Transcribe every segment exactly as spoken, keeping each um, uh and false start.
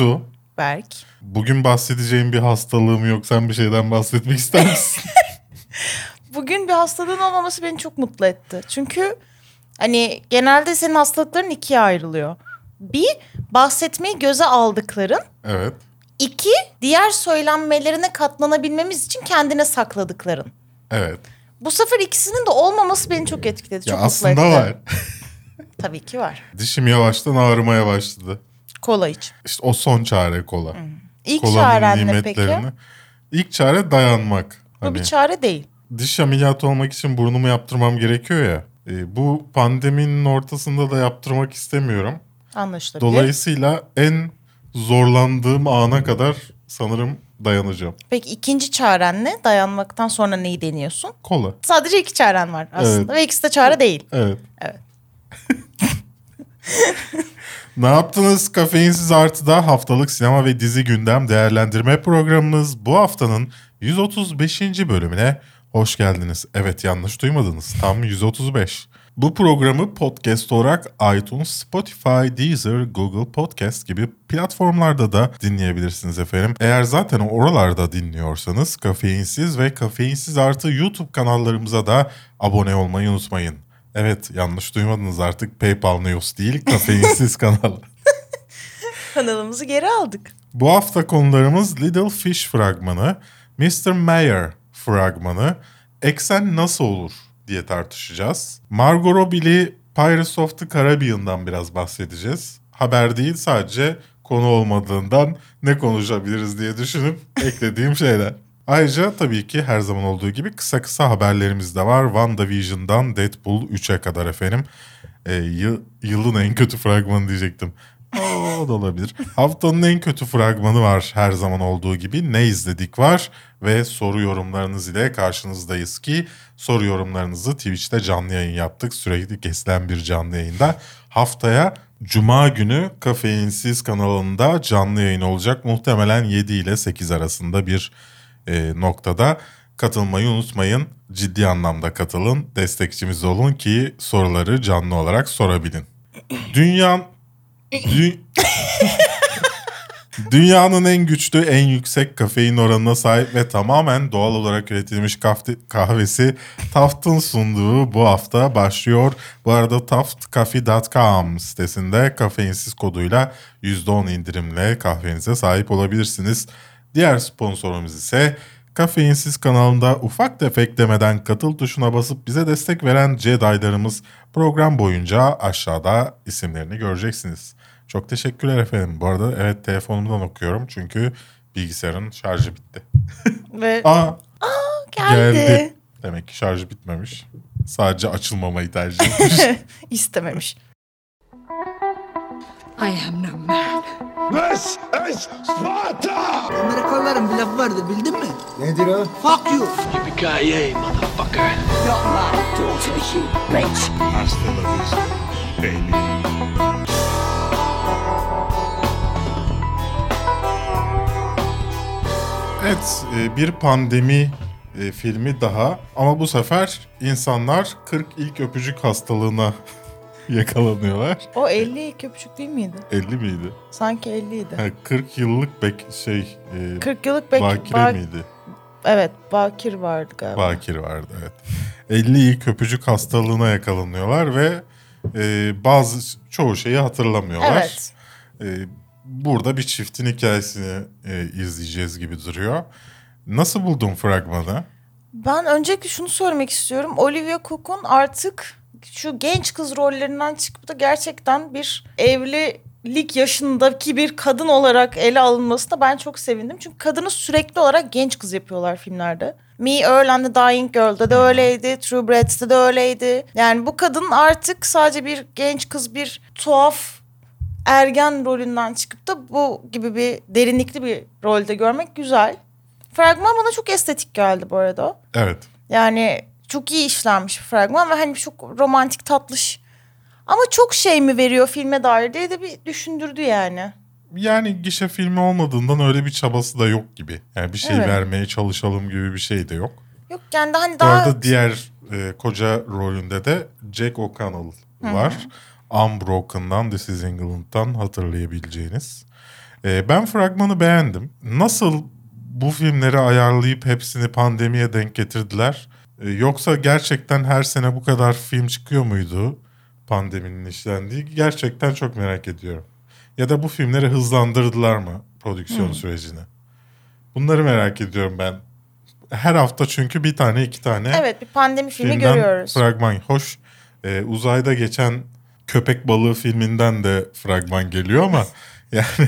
Su. Berk. Bugün bahsedeceğim bir hastalığım yok. Sen bir şeyden bahsetmek ister misin? Bugün bir hastalığın olmaması beni çok mutlu etti. Çünkü hani genelde senin hastalıkların ikiye ayrılıyor. Bir, bahsetmeyi göze aldıkların. Evet. İki, diğer söylenmelerine katlanabilmemiz için kendine sakladıkların. Evet. Bu sefer ikisinin de olmaması beni çok etkiledi. Ya çok mutlu etti. aslında var. Tabii ki var. Dişim yavaştan ağrımaya başladı. Kola iç. İşte o son çare kola. Hmm. İlk Kolanın çaren ne peki? İlk çare dayanmak. Bu Hani bir çare değil. diş ameliyatı olmak için burnumu yaptırmam gerekiyor ya. E, bu pandeminin ortasında da yaptırmak istemiyorum. Anlaşılabilir. Dolayısıyla en zorlandığım ana kadar sanırım dayanacağım. Peki ikinci çaren ne? Dayanmaktan sonra neyi deniyorsun? Kola. Sadece iki çaren var aslında. Evet. Ve ikisi de çare değil. Evet. Evet. Ne yaptınız? Kafeinsiz Artı'da haftalık sinema ve dizi gündem değerlendirme programımız bu haftanın yüz otuz beşinci bölümüne hoş geldiniz. Evet, yanlış duymadınız. Tam yüz otuz beş. Bu programı podcast olarak iTunes, Spotify, Deezer, Google Podcast gibi platformlarda da dinleyebilirsiniz efendim. Eğer zaten oralarda dinliyorsanız Kafeinsiz ve Kafeinsiz Artı YouTube kanallarımıza da abone olmayı unutmayın. Evet, yanlış duymadınız, artık PayPal News değil, Kafeinsiz kanalı. Kanalımızı geri aldık. Bu hafta konularımız Little Fish fragmanı, mister Mayer fragmanı, eksen nasıl olur diye tartışacağız. Margot Robbie'li Pirates of the Caribbean'dan biraz bahsedeceğiz. Haber değil, sadece konu olmadığından ne konuşabiliriz diye düşünüp eklediğim şeyler. Ayrıca tabii ki her zaman olduğu gibi kısa kısa haberlerimiz de var. WandaVision'dan Deadpool üçe kadar efendim. Ee, yı- yılın en kötü fragmanı diyecektim. O da olabilir. Haftanın en kötü fragmanı var her zaman olduğu gibi. Ne izledik var ve soru yorumlarınız ile karşınızdayız ki soru yorumlarınızı Twitch'te canlı yayın yaptık. Sürekli kesilen bir canlı yayında. Haftaya Cuma günü Kafeinsiz kanalında canlı yayın olacak. Muhtemelen yedi ile sekiz arasında bir e, noktada. Katılmayı unutmayın. Ciddi anlamda katılın. Destekçimiz olun ki soruları canlı olarak sorabilin. Dünya... Dü... Dünyanın en güçlü, en yüksek kafein oranına sahip ve tamamen doğal olarak üretilmiş kahvesi Taft'ın sunduğu bu hafta başlıyor. Bu arada taft coffee dot com sitesinde kafeinsiz koduyla yüzde on indirimle kahvenize sahip olabilirsiniz. Diğer sponsorumuz ise Kafeinsiz kanalında ufak tefek demeden katıl tuşuna basıp bize destek veren Jedi'larımız. Program boyunca aşağıda isimlerini göreceksiniz. Çok teşekkürler efendim. Bu arada evet, telefonumdan okuyorum çünkü bilgisayarın şarjı bitti. Ve Aa, Aa geldi. geldi. Demek ki şarjı bitmemiş. Sadece açılmamayı tercih etmiş. İstememiş. I am no man. This is Sparta! Amerikalıların bir lafı vardı, bildin mi? Nedir o? Fuck you. Yippee-ki-yay, motherfucker! Don't lie. Talk to the sheep, bitch. Hasta la vista, baby. Evet, bir pandemi filmi daha ama bu sefer insanlar kırk ilk öpücük hastalığına yakalanıyorlar. O elli köpücük değil miydi? elli miydi? Sanki elliydi. Ha, kırk yıllık bek şey e, kırk yıllık bek... bakire Ba- miydi? Evet, bakir vardı galiba. Bakir vardı, evet. elli ilk öpücük hastalığına yakalanıyorlar ve e, bazı çoğu şeyi hatırlamıyorlar. Evet. E, burada bir çiftin hikayesini e, izleyeceğiz gibi duruyor. Nasıl buldun fragmanı? Ben öncelikle şunu söylemek istiyorum. Olivia Cook'un artık şu genç kız rollerinden çıkıp da gerçekten bir evlilik yaşındaki bir kadın olarak ele alınmasına ben çok sevindim. Çünkü kadını sürekli olarak genç kız yapıyorlar filmlerde. Me, Earl and the Dying Girl'da da öyleydi. True Brett'te de öyleydi. Yani bu kadın artık sadece bir genç kız, bir tuhaf ergen rolünden çıkıp da bu gibi bir derinlikli bir rolde görmek güzel. Fragman bana çok estetik geldi bu arada. Evet. Yani çok iyi işlenmiş bir fragman ve hani çok romantik, tatlış. Ama çok şey mi veriyor filme dair diye de bir düşündürdü yani. Yani gişe filmi olmadığından öyle bir çabası da yok gibi. Yani bir şey Evet. vermeye çalışalım gibi bir şey de yok. Yok yani daha hani Bu daha... arada diğer e, koca rolünde de Jack O'Connell var. Unbroken'dan, This is England'dan hatırlayabileceğiniz. Ee, ben fragmanı beğendim. Nasıl bu filmleri ayarlayıp hepsini pandemiye denk getirdiler? Ee, yoksa gerçekten her sene bu kadar film çıkıyor muydu pandeminin işlendiği? Gerçekten çok merak ediyorum. Ya da bu filmleri hızlandırdılar mı prodüksiyon hmm. sürecini? Bunları merak ediyorum ben. Her hafta çünkü bir tane iki tane evet bir pandemi filmi görüyoruz. Fragman. Hoş e, uzayda geçen köpek balığı filminden de fragman geliyor ama yani...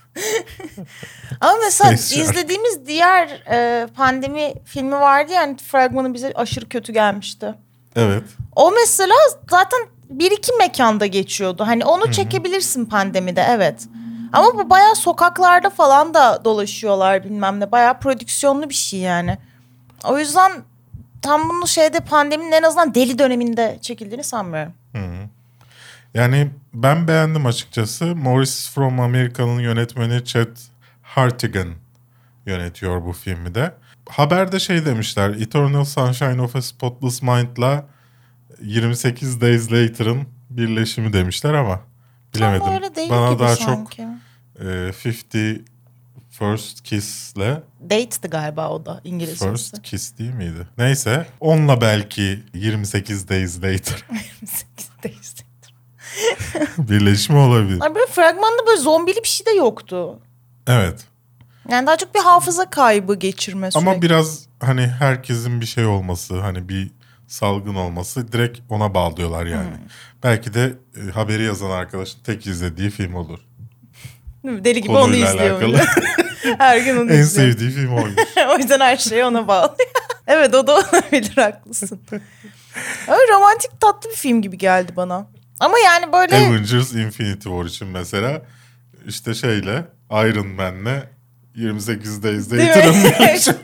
Ama mesela izlediğimiz diğer e, pandemi filmi vardı ya hani fragmanı bize aşırı kötü gelmişti. Evet. O mesela zaten bir iki mekanda geçiyordu. Hani onu Hı-hı. çekebilirsin pandemide evet. Ama bu bayağı sokaklarda falan da dolaşıyorlar bilmem ne. Bayağı prodüksiyonlu bir şey yani. O yüzden tam bunu şeyde pandeminin en azından deli döneminde çekildiğini sanmıyorum. Hı-hı. Yani ben beğendim açıkçası. Morris from America'nın yönetmeni Chet Hartigan yönetiyor bu filmi de. Haberde şey demişler. Eternal Sunshine of a Spotless Mind'la yirmi sekiz Days Later'ın birleşimi demişler ama bilemedim. Tam öyle değil Bana gibi daha sanki. çok e, fifty First Kiss'le... Date'di galiba o da İngilizcesi. First Kiss değil miydi? Neyse onunla belki yirmi sekiz Days Later. yirmi sekiz Days Later. Birleşme olabilir. Ay böyle fragmanda böyle zombili bir şey de yoktu. Evet. Yani daha çok bir hafıza kaybı geçirme sürekli. Ama biraz hani herkesin bir şey olması, hani bir salgın olması direkt ona bağlıyorlar yani. Hmm. Belki de e, haberi yazan arkadaşın tek izlediği film olur. Deli gibi konuyla onu izliyor. Her gün onu en izliyor. En sevdiği film oymuş. O yüzden her şeyi ona bağlıyor. Evet o da olabilir haklısın. Öyle romantik tatlı bir film gibi geldi bana. Ama yani böyle... Avengers Infinity War için mesela işte şeyle Iron Man'le yirmi sekiz Days Later'ın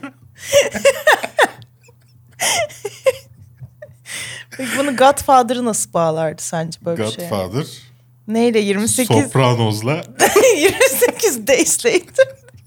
Peki bunu Godfather'ı nasıl bağlardı sence böyle bir şey? Godfather. Neyle yirmi sekiz? Sopranos'la. yirmi sekiz Days Later.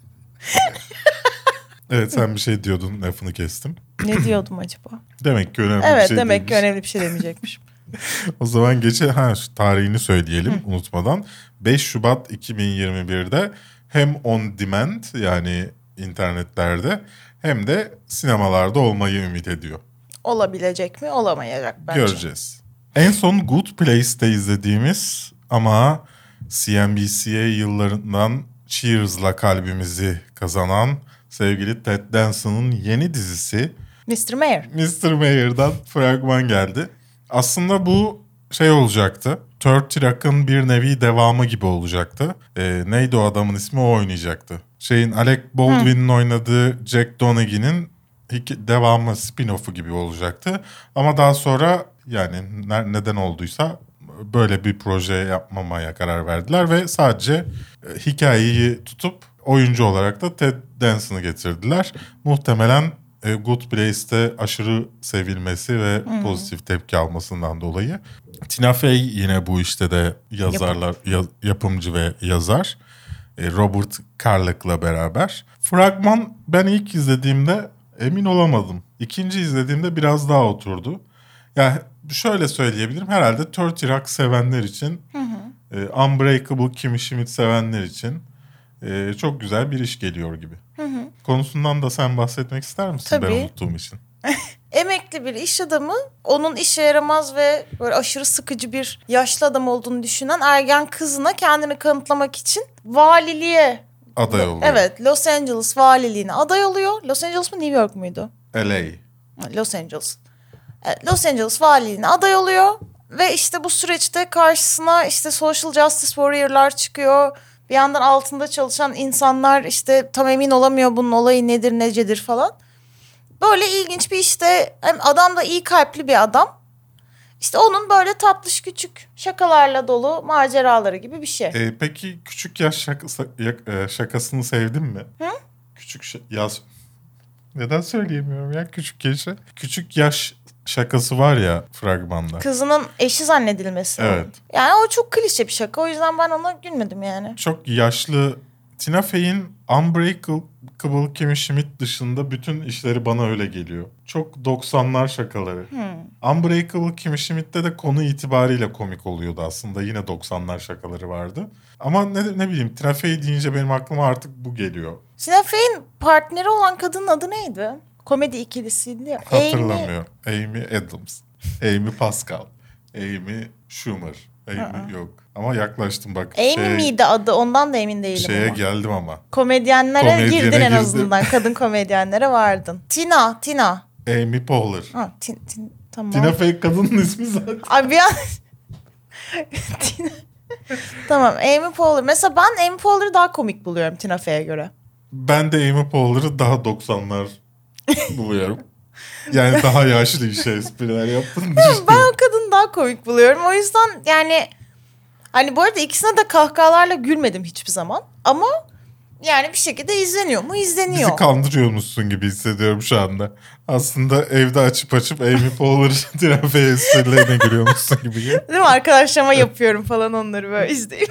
Evet sen bir şey diyordun lafını kestim. Ne diyordum acaba? Demek ki önemli evet, bir şey demek değilmiş. ki önemli bir şey demeyecekmişim. O zaman geçe ha şu tarihini söyleyelim Hı. unutmadan. beş Şubat iki bin yirmi birde hem on demand yani internetlerde hem de sinemalarda olmayı ümit ediyor. Olabilecek mi? Olamayacak bence. Göreceğiz. En son Good Place'te izlediğimiz ama C N B C'ye yıllarından Cheers'la kalbimizi kazanan sevgili Ted Danson'ın yeni dizisi mister Mayor. mister Mayor'dan fragman geldi. Aslında bu şey olacaktı. thirty Rock'ın bir nevi devamı gibi olacaktı. Ee, neydi o adamın ismi? O oynayacaktı. Şeyin Alec Baldwin'in Hı. oynadığı Jack Donaghy'nin devamı, spin-off'u gibi olacaktı. Ama daha sonra yani neden olduysa böyle bir proje yapmamaya karar verdiler ve sadece hikayeyi tutup oyuncu olarak da Ted Danson'ı getirdiler. Muhtemelen Good Place'te aşırı sevilmesi ve hmm. pozitif tepki almasından dolayı. Tina Fey yine bu işte de yazarlar, Yap- yapımcı ve yazar. Robert Carlock'la beraber. Fragman ben ilk izlediğimde emin olamadım. İkinci izlediğimde biraz daha oturdu. Yani şöyle söyleyebilirim. Herhalde thirty Rock sevenler için, hı hı. Unbreakable Kimmy Schmidt sevenler için Ee, çok güzel bir iş geliyor gibi. Hı hı. Konusundan da sen bahsetmek ister misin? Tabii. Ben unuttuğum için. Emekli bir iş adamı, onun işe yaramaz ve böyle aşırı sıkıcı bir yaşlı adam olduğunu düşünen ergen kızına kendini kanıtlamak için valiliğe aday oluyor. Evet, Los Angeles valiliğine aday oluyor. Los Angeles mı New York muydu? L A. Los Angeles. Evet, Los Angeles valiliğine aday oluyor ve işte bu süreçte karşısına işte social justice warrior'lar çıkıyor. Bir yandan altında çalışan insanlar işte tam emin olamıyor bunun olayı nedir necedir falan. Böyle ilginç bir işte, hem adam da iyi kalpli bir adam. İşte onun böyle tatlış küçük şakalarla dolu maceraları gibi bir şey. Ee, peki küçük yaş şakası, şakasını sevdin mi? Hı? Küçük ş- yaş... Neden söyleyemiyorum ya küçük yaşı? Küçük yaş şakası var ya fragmanda. Kızının eşi zannedilmesi. Evet. Yani o çok klişe bir şaka. O yüzden ben ona gülmedim yani. Çok yaşlı. Tina Fey'in Unbreakable Kimmy Schmidt dışında bütün işleri bana öyle geliyor. çok doksanlar şakaları. Hmm. Unbreakable Kimmy Schmidt'te de konu itibariyle komik oluyordu aslında. Yine doksanlar şakaları vardı. Ama ne, ne bileyim Tina Fey deyince benim aklıma artık bu geliyor. Tina Fey'in partneri olan kadının adı neydi? Komedi ikilisiydi ya. Hatırlamıyorum. Amy, Amy Adams. Amy Pascal. Amy Schumer. Amy yok. Ama yaklaştım bak. Amy şey, miydi adı? Ondan da emin değilim Şeye ama. geldim ama. Komedyenlere Komedyene girdin en girdim. azından. Kadın komedyenlere vardın. Tina, Tina. Amy Poehler. Ha, tin, tin, tamam. Tina Fey kadının ismi zaten. Ay bir an... Tina... Tamam, Amy Poehler. Mesela ben Amy Poehler'ı daha komik buluyorum Tina Fey'e göre. Ben de Amy Poehler'ı daha doksanlar buluyorum. Yani daha yaşlı işe espriler yaptığını düşünüyorum. Ben o kadını daha komik buluyorum. O yüzden yani... Hani bu arada ikisine de kahkahalarla gülmedim hiçbir zaman. Ama yani bir şekilde izleniyor mu? İzleniyor. Bizi kandırıyormuşsun gibi hissediyorum şu anda. Aslında evde açıp açıp Amy Poehler Tina Fey esprilerine gülüyormuşsun gibi. Değil mi? Arkadaşlarıma yapıyorum falan onları böyle izleyip.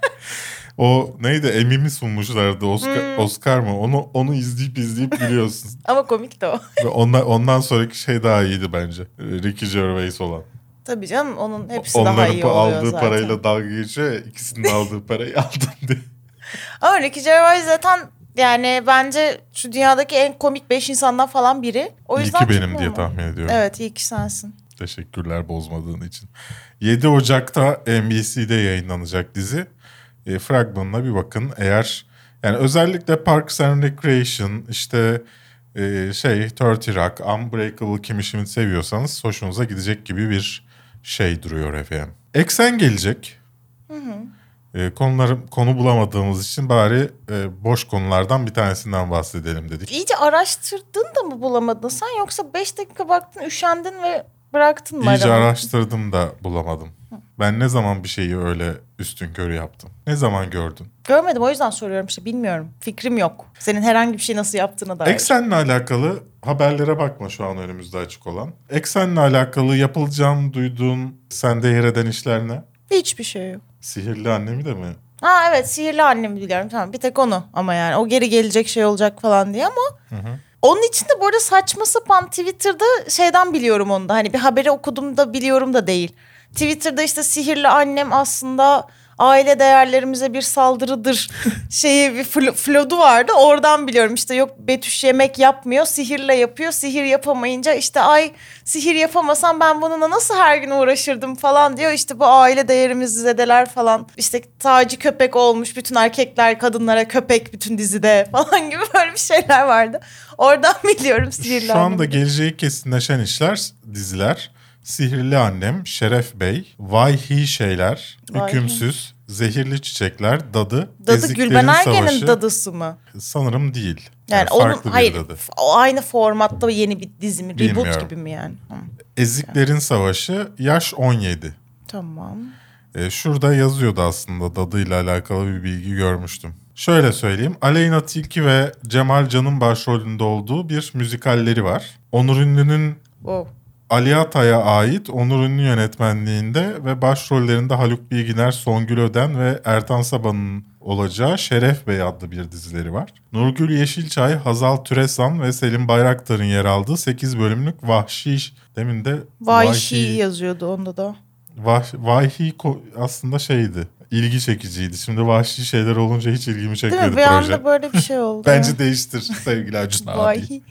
O neydi? Emmy mi sunmuşlardı? Oscar, Hmm. Oscar mı? Onu onu izleyip izleyip gülüyorsun. Ama komik de o. Ve ondan, ondan sonraki şey daha iyiydi bence. Ricky Gervais olan. Tabii canım onun hepsi Onların daha iyi oluyor aldığı zaten. parayla dalga geçiyor ya, ikisinin aldığı parayı aldım diye. Ama Ricky Gervais zaten yani bence şu dünyadaki en komik beş insandan falan biri. O İyi yüzden ki benim çok diye normal. tahmin ediyorum. Evet iyi ki sensin. Teşekkürler bozmadığın için. yedi Ocak'ta N B C'de yayınlanacak dizi. E, fragmanına bir bakın. Eğer yani özellikle Parks and Recreation, işte e, şey thirty Rock, Unbreakable Kimmy Schmidt seviyorsanız hoşunuza gidecek gibi bir şey duruyor efendim. Eksen gelecek. Hı hı. E, konuları konu bulamadığımız için bari e, boş konulardan bir tanesinden bahsedelim dedik. İyice araştırdın da mı bulamadın sen yoksa beş dakika baktın üşendin ve bıraktın mı? İyice aramayı? araştırdım da bulamadım. Ben ne zaman bir şeyi öyle üstünkörü yaptım? Ne zaman gördün? Görmedim o yüzden soruyorum işte bilmiyorum. Fikrim yok. Senin herhangi bir şey nasıl yaptığına dair. Eksenle alakalı haberlere bakma şu an önümüzde açık olan. Eksenle alakalı yapılacağını duyduğun sende yer eden işler ne? Hiçbir şey yok. Sihirli annemi de mi? Ha evet sihirli annemi biliyorum tamam bir tek onu ama yani o geri gelecek şey olacak falan diye ama Hı hı. onun için de bu arada saçma sapan Twitter'da şeyden biliyorum onu da hani bir haberi okudum da biliyorum da değil. Twitter'da işte sihirli annem aslında aile değerlerimize bir saldırıdır şeyi bir fl- flodu vardı oradan biliyorum işte yok Betüş yemek yapmıyor sihirle yapıyor sihir yapamayınca işte ay sihir yapamasam ben bununla nasıl her gün uğraşırdım falan diyor işte bu aile değerimizi zedeler falan işte Taci köpek olmuş bütün erkekler kadınlara köpek bütün dizide falan gibi böyle bir şeyler vardı oradan biliyorum sihirli Şu anda annemi. geleceği kesinleşen işler, diziler. Sihirli Annem, Şeref Bey, Vay Hi Şeyler, Vay Hükümsüz, Zehirli Çiçekler, Dadı, Dadı Eziklerin Gülben Ergen'in Savaşı. dadısı mı? Sanırım değil. Yani, Yani onun farklı bir hayır dadı. o aynı formatta yeni bir dizi mi? Reboot Bilmiyorum. gibi mi yani? Hı. Eziklerin Savaşı, yaş on yedi. Tamam. E, şurada yazıyordu aslında dadıyla alakalı bir bilgi görmüştüm. Şöyle söyleyeyim. Aleyna Tilki ve Cemal Can'ın başrolünde olduğu bir müzikalleri var. Onur Ünlü'nün Wow. Ali Atay'a ait Onur Ünlü yönetmenliğinde ve başrollerinde Haluk Bilginer, Songül Öden ve Ertan Saban'ın olacağı Şeref Bey adlı bir dizileri var. Nurgül Yeşilçay, Hazal Türesan ve Selim Bayraktar'ın yer aldığı sekiz bölümlük Vahşi, demin de Vahşi yazıyordu onda da. Vah, Vahşi ko- aslında şeydi, ilgi çekiciydi. Şimdi vahşi şeyler olunca hiç ilgimi Değil çekmedi mi? Bir proje. anda böyle bir şey oldu. Bence değiştir sevgili Acun abi. Vahşi.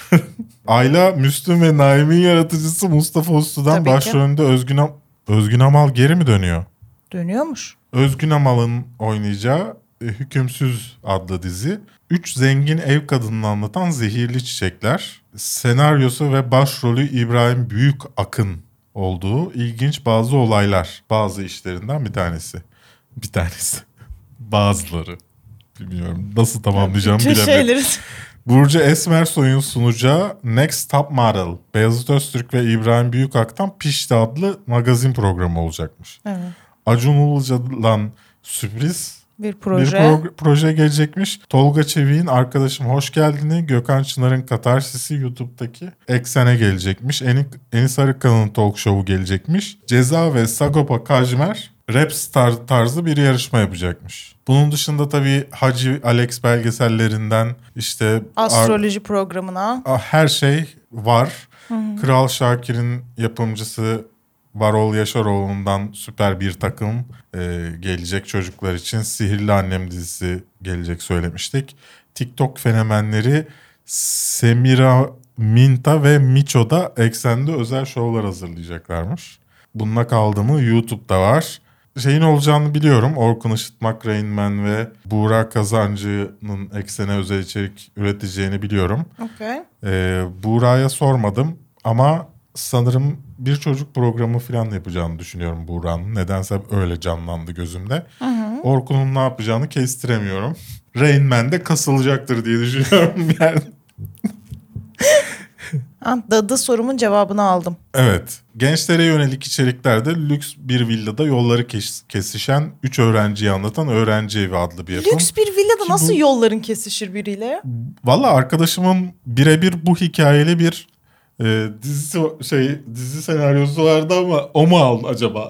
Ayla, Müslüm ve Naim'in yaratıcısı Mustafa Uslu'dan Tabii ki. başrolünde Özgün, Am- Özgün Amal geri mi dönüyor? Dönüyormuş. Özgün Amal'ın oynayacağı e, Hükümsüz adlı dizi. Üç zengin ev kadınını anlatan Zehirli Çiçekler. Senaryosu ve başrolü İbrahim Büyükakın olduğu ilginç bazı olaylar. Bazı işlerinden bir tanesi. Bir tanesi. Bazıları. Bilmiyorum nasıl tamamlayacağım Bütün bilemedim. şeyleri. Burcu Esmersoy'un sunacağı Next Top Model, Beyazıt Öztürk ve İbrahim Büyükak'tan Pişti adlı magazin programı olacakmış. Evet. Acun Ilıcalı'dan sürpriz Bir proje. bir pro- proje gelecekmiş. Tolga Çevik'in Arkadaşım Hoş Geldin'i, Gökhan Çınar'ın Katarsis'i YouTube'daki Eksen'e gelecekmiş. En- Enis Arıkan'ın talk show'u gelecekmiş. Ceza ve Sagopa Kajmer rap star tarzı bir yarışma yapacakmış. Bunun dışında tabii Hacı Alex belgesellerinden işte Astroloji ar- programına. Her şey var. Hı hı. Kral Şakir'in yapımcısı Varol Yaşaroğlu'ndan süper bir takım e, gelecek çocuklar için. Sihirli Annem dizisi gelecek söylemiştik. TikTok fenomenleri Semira Minta ve Miço da Eksen'de özel şovlar hazırlayacaklarmış. Bununla kaldı mı YouTube'da var. Şeyin olacağını biliyorum. Orkun Işıtmak, Rain Man ve Buğra Kazancı'nın Eksen'e özel içerik üreteceğini biliyorum. Okay. Ee, Buğra'ya sormadım ama sanırım bir çocuk programı falan yapacağını düşünüyorum Buğra'nın. Nedense öyle canlandı gözümde. Hı hı. Orkun'un ne yapacağını kestiremiyorum. Rain Man de kasılacaktır diye düşünüyorum yani. Dadı sorumun cevabını aldım. Evet. Gençlere yönelik içeriklerde lüks bir villada yolları kes- kesişen üç öğrenciyi anlatan Öğrenci Evi adlı bir yapım. Lüks bir villada Ki nasıl bu... yolların kesişir biriyle? Valla arkadaşımın birebir bu hikayeli bir e, dizisi şey dizi senaryosu vardı ama o mu aldı acaba?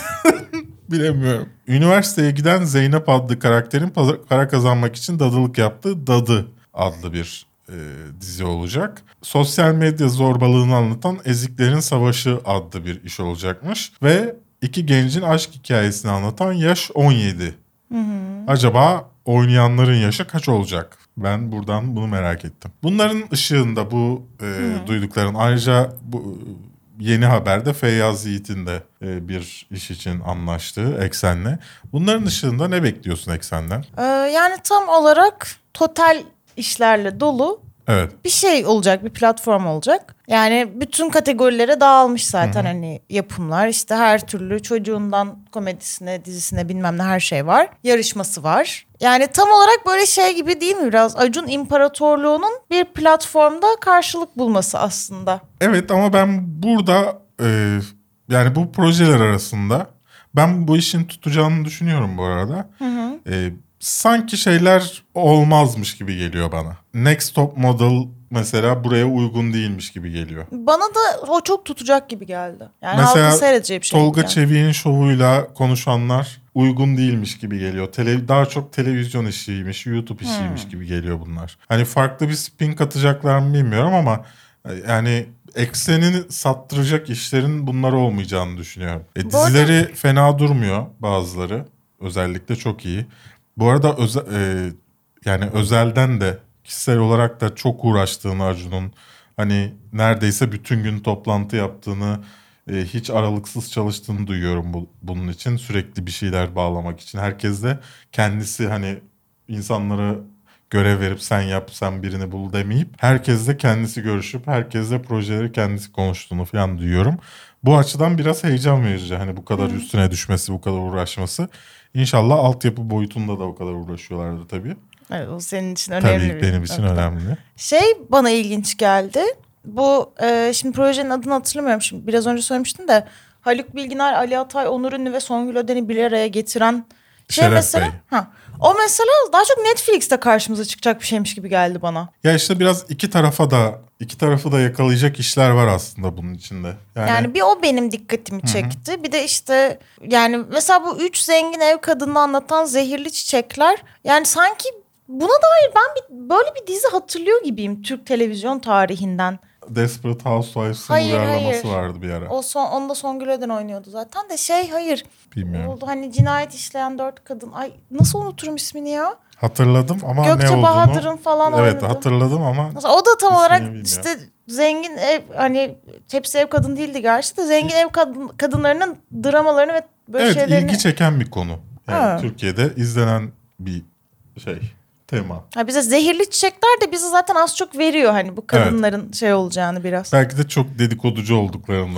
Bilemiyorum. Üniversiteye giden Zeynep adlı karakterin para kazanmak için dadılık yaptığı Dadı adlı bir e, dizi olacak. Sosyal medya zorbalığını anlatan Eziklerin Savaşı adlı bir iş olacakmış. Ve iki gencin aşk hikayesini anlatan Yaş on yedi. Hı hı. Acaba oynayanların yaşı kaç olacak? Ben buradan bunu merak ettim. Bunların ışığında bu e, duydukların ayrıca bu yeni haberde Feyyaz Yiğit'in de e, bir iş için anlaştığı Eksen'le. Bunların ışığında ne bekliyorsun Eksen'den? Ee, yani tam olarak total işlerle dolu evet. bir şey olacak, bir platform olacak. Yani bütün kategorilere dağılmış zaten Hı-hı. hani yapımlar. İşte her türlü çocuğundan komedisine, dizisine bilmem ne her şey var. Yarışması var. Yani tam olarak böyle şey gibi değil mi biraz? Acun İmparatorluğu'nun bir platformda karşılık bulması aslında. Evet ama ben burada e, yani bu projeler arasında ben bu işin tutacağını düşünüyorum bu arada. Hı hı. E, sanki şeyler olmazmış gibi geliyor bana. Next Top Model mesela buraya uygun değilmiş gibi geliyor. Bana da o çok tutacak gibi geldi. Yani mesela halkın seyredeceği bir şey. Tolga yani. Çevik'in şovuyla konuşanlar uygun değilmiş gibi geliyor. Tele, daha çok televizyon işiymiş, YouTube işiymiş hmm. gibi geliyor bunlar. Hani farklı bir spin katacaklar mı bilmiyorum ama yani Eksen'ini sattıracak işlerin bunlar olmayacağını düşünüyorum. E, dizileri arada... fena durmuyor bazıları. Özellikle çok iyi. Bu arada öze, e, yani özelden de kişisel olarak da çok uğraştığını Acun'un hani neredeyse bütün gün toplantı yaptığını, e, hiç aralıksız çalıştığını duyuyorum bu, bunun için. Sürekli bir şeyler bağlamak için. Herkes de kendisi hani insanlara görev verip sen yap, sen birini bul demeyip herkes de kendisi görüşüp herkes de projeleri kendisi konuştuğunu falan duyuyorum. Bu açıdan biraz heyecan verici. Hani bu kadar hmm. üstüne düşmesi, bu kadar uğraşması. İnşallah altyapı boyutunda da o kadar uğraşıyorlardı tabii. Evet, o senin için önemli. Tabii benim için nokta. Önemli. Şey bana ilginç geldi. Bu e, şimdi projenin adını hatırlamıyorum şimdi. Biraz önce söylemiştin de Haluk Bilginer, Ali Atay, Onur Ünlü ve Songül Öden'i bir araya getiren şey Şeref mesela. Bey. Ha. O mesela daha çok Netflix'te karşımıza çıkacak bir şeymiş gibi geldi bana. Ya işte biraz iki tarafa da iki tarafı da yakalayacak işler var aslında bunun içinde. Yani, yani bir o benim dikkatimi çekti. Hı-hı. Bir de işte yani mesela bu üç zengin ev kadını anlatan Zehirli Çiçekler. Yani sanki buna dair ben bir, böyle bir dizi hatırlıyor gibiyim Türk televizyon tarihinden. Desperate Housewives'ın uyarlaması vardı bir ara. O son, onu da Songül Öden oynuyordu zaten de şey hayır. Bilmiyorum. Oldu hani cinayet işleyen dört kadın. Ay nasıl unuturum ismini ya? Hatırladım ama Gökçe ne olduğunu. Bahadır'ın falan evet, oynadı. hatırladım ama. O da tam olarak bilmiyorum. İşte zengin ev hani hepsi ev kadın değildi gerçi de zengin ev kadın, kadınlarının dramalarını ve böyle evet, şeylerini. Evet ilgi çeken bir konu. Yani ha. Türkiye'de izlenen bir şey. Tema. Ha bize Zehirli Çiçekler de bize zaten az çok veriyor hani bu kadınların evet. şey olacağını biraz. Belki de çok dedikoducu olduklarından.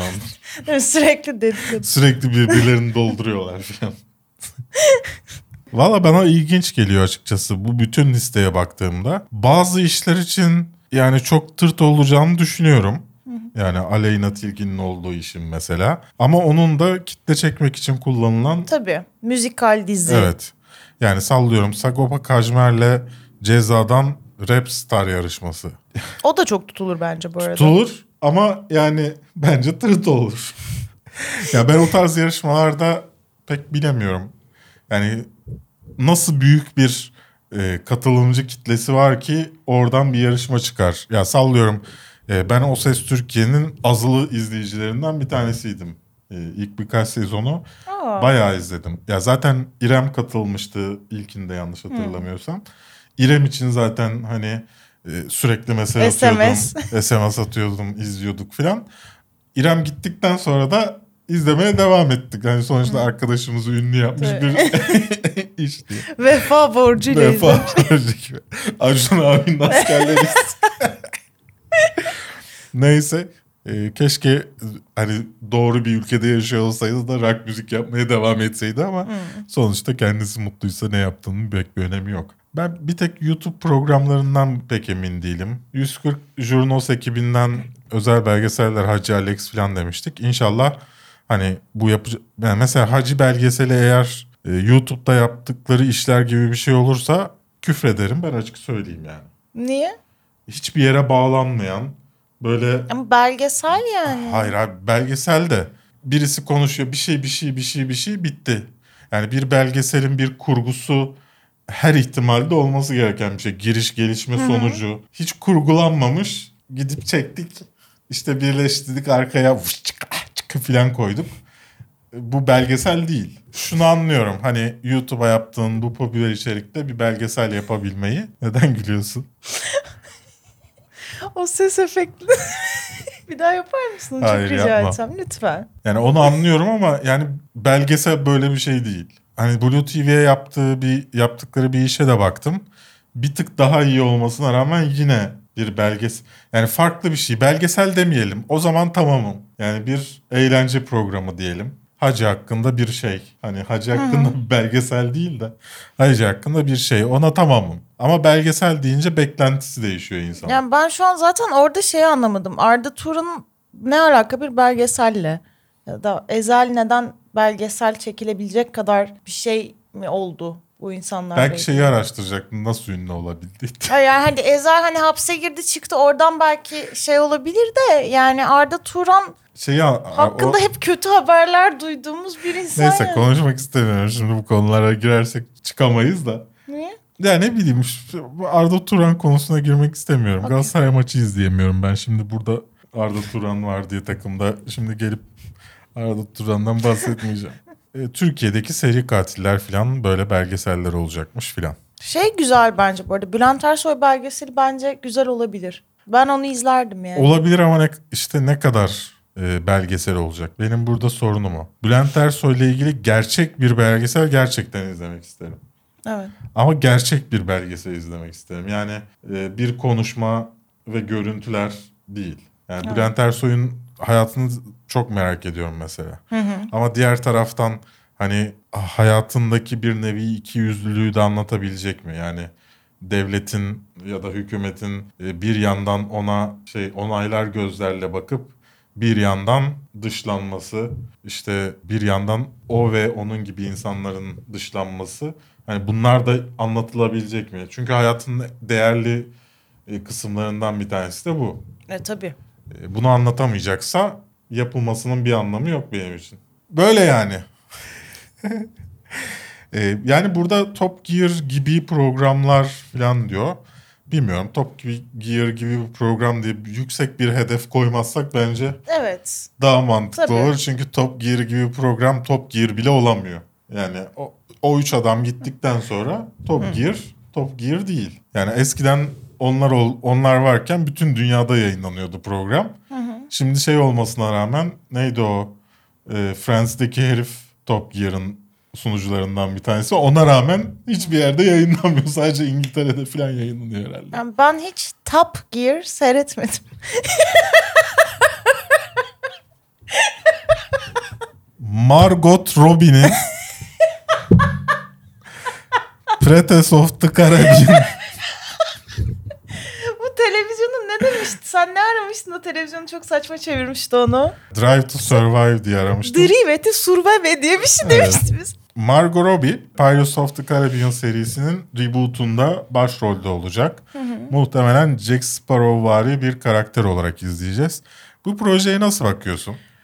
Sürekli dedikodu. Sürekli birbirlerini dolduruyorlar falan. Valla bana ilginç geliyor açıkçası bu bütün listeye baktığımda. Bazı işler için yani çok tırt olacağını düşünüyorum. Yani Aleyna Tilki'nin olduğu işin mesela. Ama onun da kitle çekmek için kullanılan... Tabii müzikal dizi. Evet. Yani sallıyorum Sagopa Kajmer'le Ceza'dan Rap Star yarışması. O da çok tutulur bence bu arada. Tutulur ama yani bence tırt olur. Ya ben o tarz yarışmalarda pek bilemiyorum. Yani nasıl büyük bir e, katılımcı kitlesi var ki oradan bir yarışma çıkar. Ya sallıyorum, e, ben O Ses Türkiye'nin azılı izleyicilerinden bir tanesiydim. E, ilk birkaç sezonu Aa. bayağı izledim. Ya zaten İrem katılmıştı ilkinde, yanlış hatırlamıyorsam. Hmm. İrem için zaten hani e, sürekli mesaj S M S. atıyordum. S M S atıyordum, izliyorduk filan. İrem gittikten sonra da izlemeye devam ettik. Hani sonuçta hmm. arkadaşımızı ünlü yapmış bir iş diye. Vefa borcuyla Vefa borcu gibi. Acun abinin askerleriyiz. Neyse. E, keşke hani doğru bir ülkede yaşıyor olsaydı da rock müzik yapmaya devam etseydi ama hmm. sonuçta kendisi mutluysa ne yaptığının pek bir önemi yok. Ben bir tek YouTube programlarından pek emin değilim. yüz kırk Jurnos ekibinden özel belgeseller, Hacı Alex falan demiştik. İnşallah hani bu yapıcı... Yani mesela Hacı belgeseli eğer e, YouTube'da yaptıkları işler gibi bir şey olursa küfrederim, ben açık söyleyeyim yani. Niye? Hiçbir yere bağlanmayan böyle... Ama belgesel yani. Hayır abi, belgesel de birisi konuşuyor, bir şey bir şey bir şey bir şey bitti. Yani bir belgeselin bir kurgusu her ihtimalde olması gereken bir şey. Giriş, gelişme, sonucu. Hı-hı. Hiç kurgulanmamış. Gidip çektik. İşte birleştirdik, arkaya çıkı falan koyduk. Bu belgesel değil. Şunu anlıyorum. Hani YouTube'a yaptığın bu popüler içerikte bir belgesel yapabilmeyi. Neden gülüyorsun? O ses efekti. Bir daha yapar mısın? Hayır, çok rica yapma. edeceğim lütfen. Yani onu anlıyorum ama yani belgesel böyle bir şey değil. Hani Blue T V'ye yaptığı bir yaptıkları bir işe de baktım. Bir tık daha iyi olmasına rağmen yine bir belgesel. Yani farklı bir şey. Belgesel demeyelim. O zaman tamamım. Yani bir eğlence programı diyelim. Hacı hakkında bir şey. Hani Hacı hakkında bir belgesel değil de Hacı hakkında bir şey. Ona tamamım. Ama belgesel deyince beklentisi değişiyor insan. Yani ben şu an zaten orada şeyi anlamadım. Arda Turan'ın ne alaka bir belgeselle? Ya da Ezel neden belgesel çekilebilecek kadar bir şey mi oldu bu insanlar? Belki şeyi araştıracaktım, nasıl ünlü olabildi. Yani hani Ezel hani hapse girdi çıktı, oradan belki şey olabilir de yani Arda Turan Şeyi, hakkında o... hep kötü haberler duyduğumuz bir insan. Neyse yani. Konuşmak istemiyorum. Şimdi bu konulara girersek çıkamayız da. Niye? Ya ne bileyim, Arda Turan konusuna girmek istemiyorum. Okay. Galatasaray maçı izleyemiyorum ben. Şimdi burada Arda Turan var diye takımda. Şimdi gelip Arda Turan'dan bahsetmeyeceğim. e, Türkiye'deki seri katiller falan böyle belgeseller olacakmış falan. Şey güzel bence bu arada. Bülent Ersoy belgeseli bence güzel olabilir. Ben onu izlerdim yani. Olabilir ama ne, işte ne kadar e, belgesel olacak? Benim burada sorunum o. Bülent Ersoy'la ilgili gerçek bir belgesel gerçekten izlemek isterim. Evet. Ama gerçek bir belgesel izlemek isterim. Yani e, bir konuşma ve görüntüler değil. Yani evet. Bülent Ersoy'un hayatını çok merak ediyorum mesela. Hı hı. Ama diğer taraftan hani hayatındaki bir nevi ikiyüzlülüğü de anlatabilecek mi? Yani devletin ya da hükümetin e, bir yandan ona şey onaylar gözlerle bakıp bir yandan dışlanması, işte bir yandan o ve onun gibi insanların dışlanması. Hani bunlar da anlatılabilecek mi? Çünkü hayatın değerli kısımlarından bir tanesi de bu. E tabii. Bunu anlatamayacaksa yapılmasının bir anlamı yok benim için. Böyle yani. Yani burada Top Gear gibi programlar falan diyor. Bilmiyorum, Top Gear gibi bir program diye yüksek bir hedef koymazsak bence evet. daha mantıklı tabii. olur. Çünkü Top Gear gibi bir program Top Gear bile olamıyor. Yani o O üç adam gittikten sonra Top Hı. Gear, Top Gear değil. Yani eskiden onlar ol, onlar varken bütün dünyada yayınlanıyordu program. Hı hı. Şimdi şey olmasına rağmen neydi o? E, Friends'deki herif Top Gear'ın sunucularından bir tanesi. Ona rağmen hiçbir yerde yayınlanmıyor. Sadece İngiltere'de falan yayınlanıyor herhalde. Yani ben hiç Top Gear seyretmedim. Margot Robbie'nin Pirates of the Caribbean. Bu televizyonun ne demişti? Sen ne aramıştın o televizyonu? Çok saçma çevirmişti onu. Drive to Survive diye aramıştım. Drive to Survive diye bir şey evet. demişti biz. Margot Robbie, Pirates of the Caribbean serisinin rebootunda başrolde olacak. Hı hı. Muhtemelen Jack Sparrow'vari bir karakter olarak izleyeceğiz. Bu projeye nasıl bakıyorsun?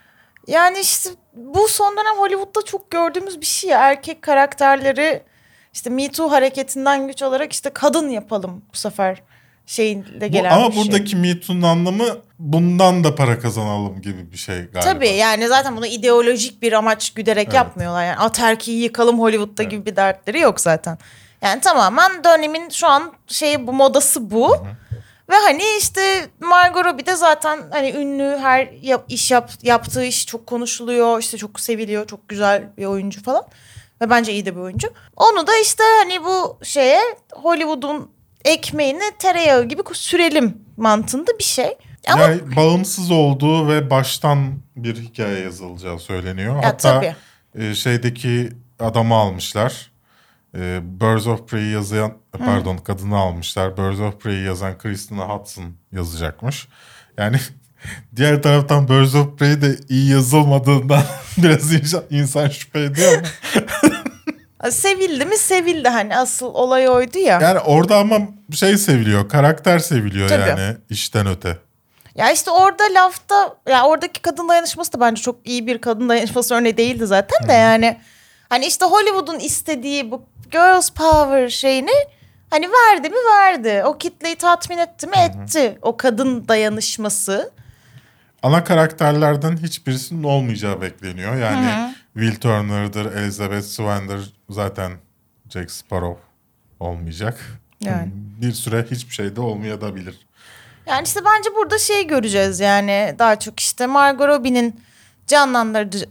Yani işte bu son dönem Hollywood'da çok gördüğümüz bir şey. Erkek karakterleri işte Me Too hareketinden güç alarak işte kadın yapalım bu sefer şeyle Bu, gelen ama bir şey. buradaki Me Too'nun anlamı bundan da para kazanalım gibi bir şey galiba. Tabii yani zaten bunu ideolojik bir amaç güderek Evet. yapmıyorlar. Yani ataerkiyi yıkalım Hollywood'da Evet. gibi bir dertleri yok zaten. Yani tamamen dönemin şu an şeyi bu modası bu. Hı hı. Ve hani işte Margot Robbie de zaten hani ünlü, her yap, iş yap, yaptığı iş çok konuşuluyor. İşte çok seviliyor, çok güzel bir oyuncu falan. Ve bence iyi de bir oyuncu. Onu da işte hani bu şeye Hollywood'un ekmeğini tereyağı gibi sürelim mantığında bir şey. Ama Yani bağımsız olduğu ve baştan bir hikaye yazılacağı söyleniyor. ya, Hatta tabii. e, şeydeki adamı almışlar. E, Birds of Prey'i yazan, pardon kadını almışlar. Birds of Prey'i yazan Christina Hodson yazacakmış. Yani diğer taraftan Birds of Prey de iyi yazılmadığından biraz insan, insan şüphe ediyor ama. Sevildi mi sevildi, hani asıl olay oydu ya. Yani orada ama şey seviliyor, karakter seviliyor Tabii. yani işten öte. Ya işte orada lafta ya oradaki kadın dayanışması da bence çok iyi bir kadın dayanışması örneği değildi zaten de yani. Hani işte Hollywood'un istediği bu girls power şeyini hani verdi mi verdi. O kitleyi tatmin etti mi etti. O kadın dayanışması. Ana karakterlerden hiçbirisinin olmayacağı bekleniyor. Yani Will Turner'dır, Elizabeth Swan'dır, zaten Jack Sparrow olmayacak. Yani. Bir süre hiçbir şey de olmayabilir. Yani işte bence burada şey göreceğiz yani daha çok işte Margot Robbie'nin canlandırıcı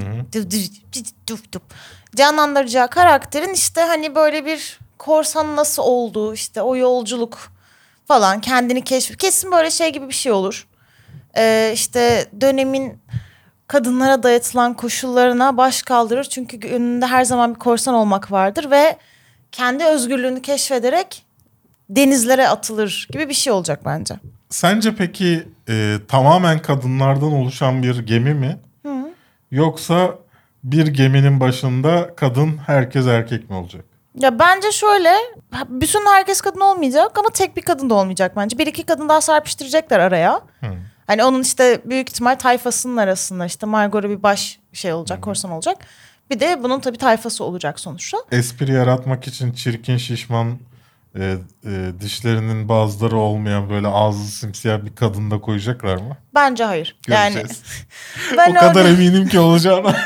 canlandıracağı karakterin işte hani böyle bir korsan nasıl olduğu, işte o yolculuk falan, kendini keşf, kesin böyle şey gibi bir şey olur. Ee, işte dönemin kadınlara dayatılan koşullarına baş kaldırır çünkü önünde her zaman bir korsan olmak vardır ve kendi özgürlüğünü keşfederek denizlere atılır gibi bir şey olacak bence. Sence peki e, tamamen kadınlardan oluşan bir gemi mi? Hı. Yoksa bir geminin başında kadın, herkes erkek mi olacak? Ya bence şöyle, bütün herkes kadın olmayacak ama tek bir kadın da olmayacak bence. Bir iki kadın daha serpiştirecekler araya. Hı. Hani onun işte büyük ihtimal tayfasının arasında işte Margot Robbie baş şey olacak, korsan olacak. Bir de bunun tabii tayfası olacak sonuçta. Espri yaratmak için çirkin, şişman, e, e, dişlerinin bazıları olmayan, böyle ağzı simsiyah bir kadın da koyacaklar mı? Bence hayır. Yani Göreceğiz. ben O kadar öyle- eminim ki olacağına.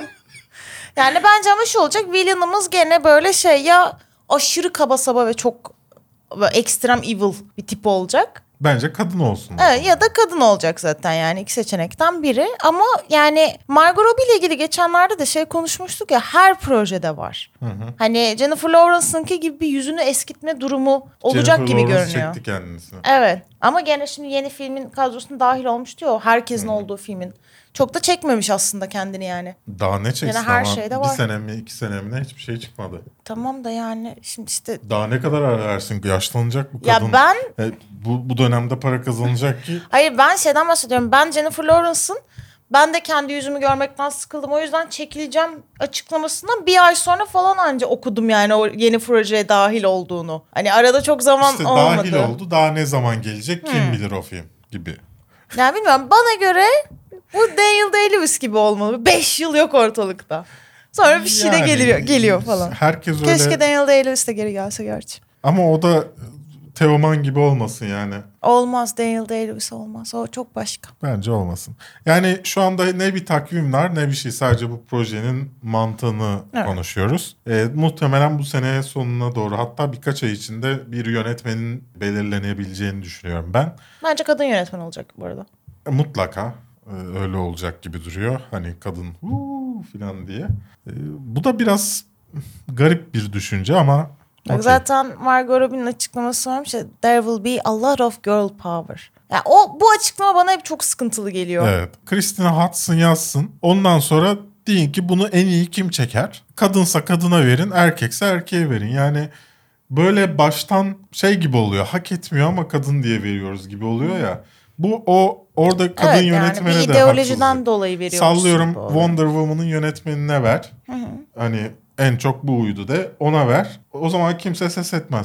Yani bence ama şu olacak, villainımız gene böyle şey ya aşırı kaba saba ve çok böyle ekstrem evil bir tip olacak. Bence kadın olsun. Evet, ya da kadın olacak zaten, yani iki seçenekten biri. Ama yani Margot Robbie ile ilgili geçenlerde de şey konuşmuştuk ya, her projede var. Hı hı. Hani Jennifer Lawrence'ınki gibi bir yüzünü eskitme durumu olacak Jennifer gibi Lawrence görünüyor. çekti kendisini. Evet ama gene şimdi yeni filmin kadrosuna dahil olmuştu ya, o herkesin olduğu filmin. Çok da çekmemiş aslında kendini yani. Daha ne çeksin Yani her ama şeyde bir var. sene mi iki sene mi ne hiçbir şey çıkmadı. Tamam da yani şimdi işte Daha ne kadar ara versin, yaşlanacak bu ya kadın. ben E, bu, bu dönemde para kazanacak ki. hayır ben şeyden bahsediyorum. Ben Jennifer Lawrence'ın ben de kendi yüzümü görmekten sıkıldım, o yüzden çekileceğim açıklamasından bir ay sonra falan anca okudum yani o yeni projeye dahil olduğunu. Hani arada çok zaman İşte olmadı. dahil oldu, daha ne zaman gelecek kim bilir o film gibi. Yani bilmiyorum, bana göre bu Daniel Day-Lewis gibi olmalı. Beş yıl yok ortalıkta. Sonra bir şey de Yani, geliyor, geliyor falan. Herkes öyle. Keşke Daniel Day-Lewis de geri gelse gerçi. Ama o da Teoman gibi olmasın yani. Olmaz, Daniel Day-Lewis olmaz. O çok başka. Bence olmasın. Yani şu anda ne bir takvim var ne bir şey. Sadece bu projenin mantığını Evet. konuşuyoruz. E, muhtemelen bu sene sonuna doğru, hatta birkaç ay içinde bir yönetmenin belirlenebileceğini düşünüyorum ben. Bence kadın yönetmen olacak bu arada. E, mutlaka e, öyle olacak gibi duruyor. Hani kadın "Huu" falan diye. E, bu da biraz garip bir düşünce ama Bak okey. zaten Margot Robbie'nin açıklaması varmış ya, there will be a lot of girl power. Yani o bu açıklama bana hep çok sıkıntılı geliyor. Evet. Christina Hodson yazsın. Ondan sonra deyin ki bunu en iyi kim çeker? Kadınsa kadına verin, erkekse erkeğe verin. Yani böyle baştan şey gibi oluyor. Hak etmiyor ama kadın diye veriyoruz gibi oluyor ya. Bu o orada kadın Evet, yani yönetmene bir de ideolojiden haksızlık. dolayı veriyoruz. Sallıyorum, gibi oluyor. Wonder Woman'ın yönetmenine ver. Hani en çok bu uydu de ona ver. O zaman kimse ses etmez.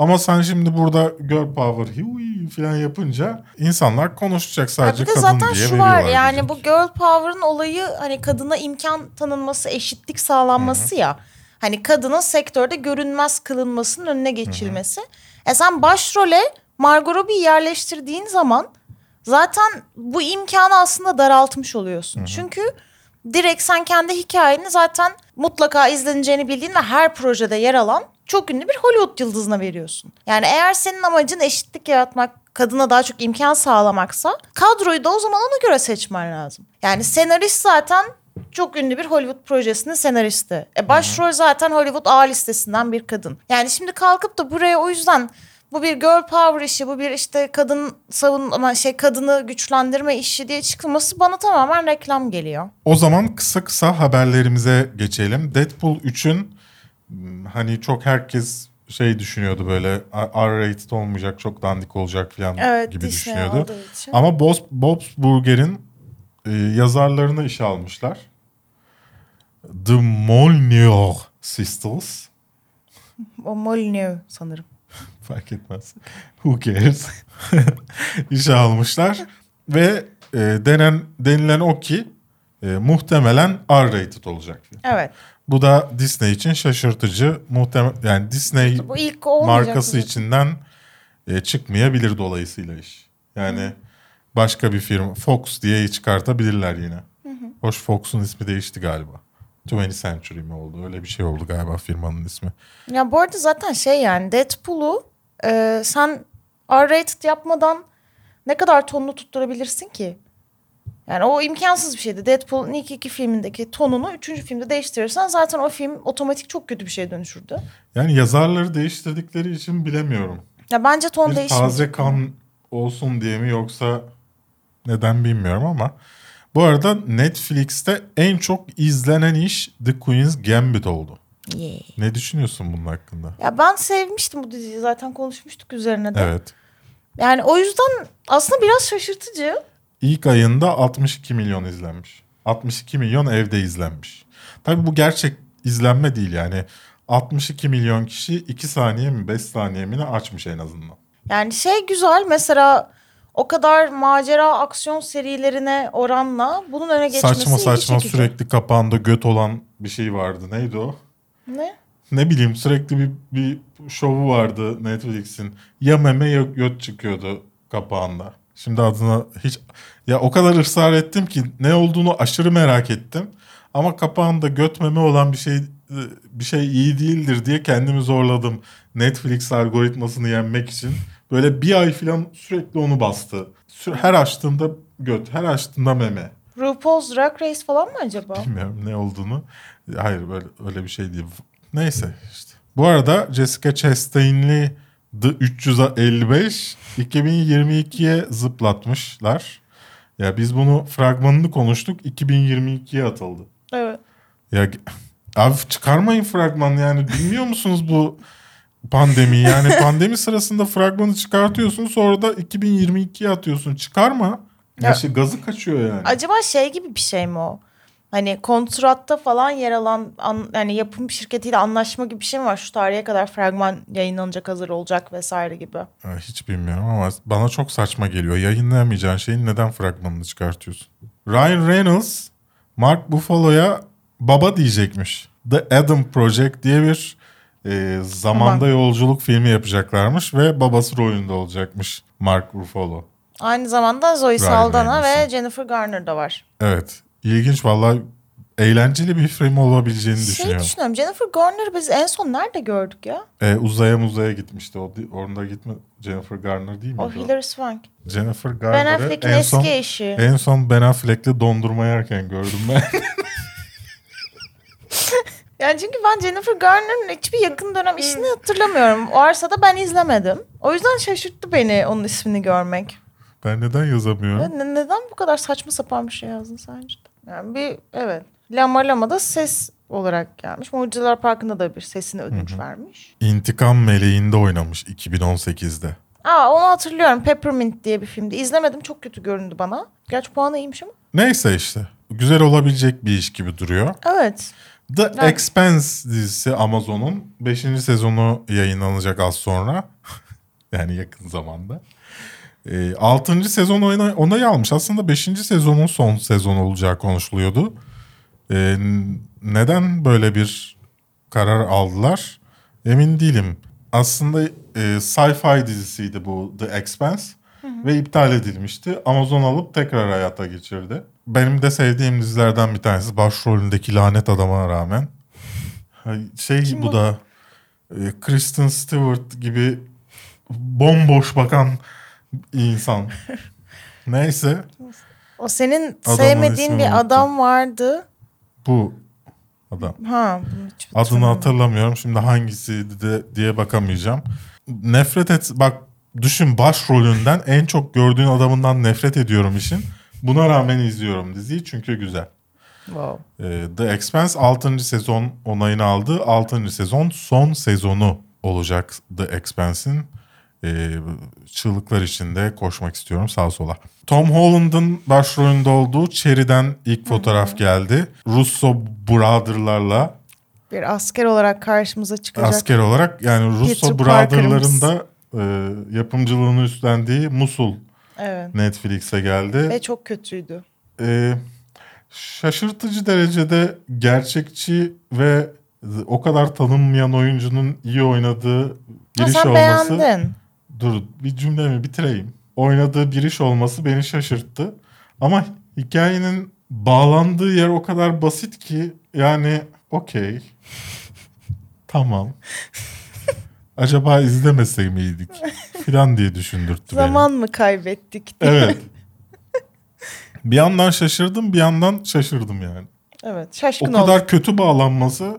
Ama sen şimdi burada girl power hiuy falan yapınca insanlar konuşacak, sadece Ya bir de kadın zaten diye şu veriyorlar. var yani diyecek. bu girl power'ın olayı hani kadına imkan tanınması, eşitlik sağlanması ya. Hani kadının sektörde görünmez kılınmasının önüne geçilmesi. E sen başrole Margot Robbie'yi yerleştirdiğin zaman zaten bu imkanı aslında daraltmış oluyorsun. Çünkü direkt sen kendi hikayeni zaten mutlaka izleneceğini bildiğin ve her projede yer alan çok ünlü bir Hollywood yıldızına veriyorsun. Yani eğer senin amacın eşitlik yaratmak, kadına daha çok imkan sağlamaksa kadroyu da o zaman ona göre seçmen lazım. Yani senarist zaten çok ünlü bir Hollywood projesinin senaristi. E başrol zaten Hollywood A listesinden bir kadın. Yani şimdi kalkıp da buraya o yüzden bu bir girl power işi, bu bir işte kadın savunma şey kadını güçlendirme işi diye çıkılması bana tamamen reklam geliyor. O zaman kısa kısa haberlerimize geçelim. Deadpool üçün hmm, hani çok herkes şey düşünüyordu, böyle R-rated olmayacak, çok dandik olacak falan Evet, gibi Disney düşünüyordu. olduğu için. Ama Bob's, Bob's Burger'in e, yazarlarını işe almışlar. The Molyneux Sisters. O Molyneux sanırım. Fark etmez. Who cares? İşe almışlar. Ve e, denen denilen o ki e, muhtemelen R-rated olacak. Evet. Bu da Disney için şaşırtıcı. Muhtemel yani Disney Bu ilk olmayacak. markası zaten. içinden e, çıkmayabilir dolayısıyla iş. Yani başka bir firma Fox diye çıkartabilirler yine. Hoş, Fox'un ismi değişti galiba. yirminci Century mi oldu? Öyle bir şey oldu galiba firmanın ismi. Ya bu arada zaten şey yani Deadpool'u e, sen R-rated yapmadan ne kadar tonunu tutturabilirsin ki? Yani o imkansız bir şeydi. Deadpool'un ilk iki filmindeki tonunu üçüncü filmde değiştirirsen zaten o film otomatik çok kötü bir şeye dönüşürdü. Yani yazarları değiştirdikleri için bilemiyorum. Ya bence ton Bir değişmeyecek. taze kan olsun diye mi, yoksa neden bilmiyorum ama. Bu arada Netflix'te en çok izlenen iş The Queen's Gambit oldu. Yeah. Ne düşünüyorsun bunun hakkında? Ya ben sevmiştim bu diziyi, zaten konuşmuştuk üzerine de. Evet. Yani o yüzden aslında biraz şaşırtıcı. İlk ayında altmış iki milyon izlenmiş. altmış iki milyon evde izlenmiş. Tabii bu gerçek izlenme değil yani. altmış iki milyon kişi iki saniye mi beş saniye mi ne açmış en azından. Yani şey güzel mesela o kadar macera aksiyon serilerine oranla bunun öne geçmesi Saçma ilgi saçma çekici. sürekli kapağında göt olan bir şey vardı. Neydi o? Ne? Ne bileyim, sürekli bir, bir şovu vardı Netflix'in. Ya meme ya göt çıkıyordu kapağında. Şimdi adına hiç... Ya o kadar ısrar ettim ki ne olduğunu aşırı merak ettim. Ama kapağında göt meme olan bir şey bir şey iyi değildir diye kendimi zorladım. Netflix algoritmasını yenmek için. Böyle bir ay falan sürekli onu bastı. Her açtığımda göt, her açtığımda meme. RuPaul's Drag Race falan mı acaba? Bilmiyorum ne olduğunu. Hayır, böyle öyle bir şey değil. Neyse işte. Bu arada Jessica Chastain'li The üç yüz elli beş iki bin yirmi ikiye zıplatmışlar. Ya biz bunu fragmanını konuştuk. iki bin yirmi ikiye atıldı. Evet. Ya abi çıkarmayın fragman, yani bilmiyor musunuz bu pandemi? Yani pandemi sırasında fragmanı çıkartıyorsun, sonra da iki bin yirmi ikiye atıyorsun. Çıkarma. Ya, Ya- şey, gazı kaçıyor yani. Acaba şey gibi bir şey mi o? Hani kontratta falan yer alan an, yani yapım şirketiyle anlaşma gibi bir şey mi var? Şu tarihe kadar fragman yayınlanacak, hazır olacak vesaire gibi. Ha, hiç bilmiyorum ama bana çok saçma geliyor. Yayınlayamayacağın şeyin neden fragmanını çıkartıyorsun? Ryan Reynolds, Mark Ruffalo'ya baba diyecekmiş. The Adam Project diye bir e, zamanda Aman. yolculuk filmi yapacaklarmış ve babası rolünde olacakmış Mark Ruffalo. Aynı zamanda Zoe Ryan Saldana ve Reynolds'ın. Jennifer Garner da var. Evet. İlginç, vallahi eğlenceli bir film olabileceğini Şey düşünüyorum. düşünüyorum, Jennifer Garner'ı biz en son nerede gördük ya? E, uzaya muzaya gitmişti. O, orada gitme Jennifer Garner değil miydi O o? Hilary Swank. Jennifer Ben Garner'ı Affleck'in en eski son, eşi. en son Ben Affleck'le dondurma yerken gördüm ben. Yani çünkü ben Jennifer Garner'ın hiçbir yakın dönem işini hatırlamıyorum. Varsa da ben izlemedim. O yüzden şaşırttı beni onun ismini görmek. Ben neden yazamıyorum? Ne- neden bu kadar saçma sapan bir şey yazdın sence? Yani bir evet. Lama Lama'da ses olarak gelmiş. Mucizeler Parkı'nda da bir sesini ödünç vermiş. İntikam Meleği'nde oynamış iki bin on sekizde. Aa, onu hatırlıyorum. Peppermint diye bir filmdi. İzlemedim, çok kötü göründü bana. Gerçi puanı iyiymiş ama. Neyse işte. Güzel olabilecek bir iş gibi duruyor. Evet. The Yani- Expanse dizisi Amazon'un beşinci sezonu yayınlanacak az sonra. Yani yakın zamanda. E, altıncı sezon onay, onayı almış. Aslında beşinci sezonun son sezon olacağı konuşuluyordu. E, neden böyle bir karar aldılar? Emin değilim. Aslında e, sci-fi dizisiydi bu The Expanse. Hı hı. Ve iptal edilmişti. Amazon alıp tekrar hayata geçirdi. Benim de sevdiğim dizilerden bir tanesi. Başrolündeki lanet adama rağmen. Şey Kim bu o? da e, Kristen Stewart gibi bomboş bakan insan. Neyse. O senin Adamın sevmediğin ismini bir unuttum. adam vardı. Bu adam. Ha. bunu hiç Adını hatırlamıyorum. hatırlamıyorum. Şimdi hangisiydi de diye bakamayacağım. Nefret et. Bak düşün, başrolünden en çok gördüğün adamından nefret ediyorum işin. Buna rağmen izliyorum diziyi çünkü güzel. Wow. Ee, The Expanse altıncı sezon onayını aldı. altıncı sezon son sezonu olacak The Expanse'in. Ee, çığlıklar içinde koşmak istiyorum sağa sola. Tom Holland'ın başrolünde olduğu Cherry'den ilk fotoğraf geldi. Russo Brother'larla Bir asker olarak karşımıza çıkacak. asker olarak, yani Russo Peter Parker'ımız. Brother'ların da e, yapımcılığını üstlendiği Musul Evet. Netflix'e geldi. Ve çok kötüydü. E, şaşırtıcı derecede gerçekçi ve o kadar tanınmayan oyuncunun iyi oynadığı bir Ha, iş sen olması. beğendin. Dur bir cümlemi bitireyim. Oynadığı bir iş olması beni şaşırttı. Ama hikayenin bağlandığı yer o kadar basit ki yani okey. Tamam. Acaba izlemesek miydik filan diye düşündürttü Zaman beni. mı kaybettik diye. Evet. Bir yandan şaşırdım, bir yandan şaşırdım yani. Evet, O şaşkın kadar oldum. kötü bağlanması,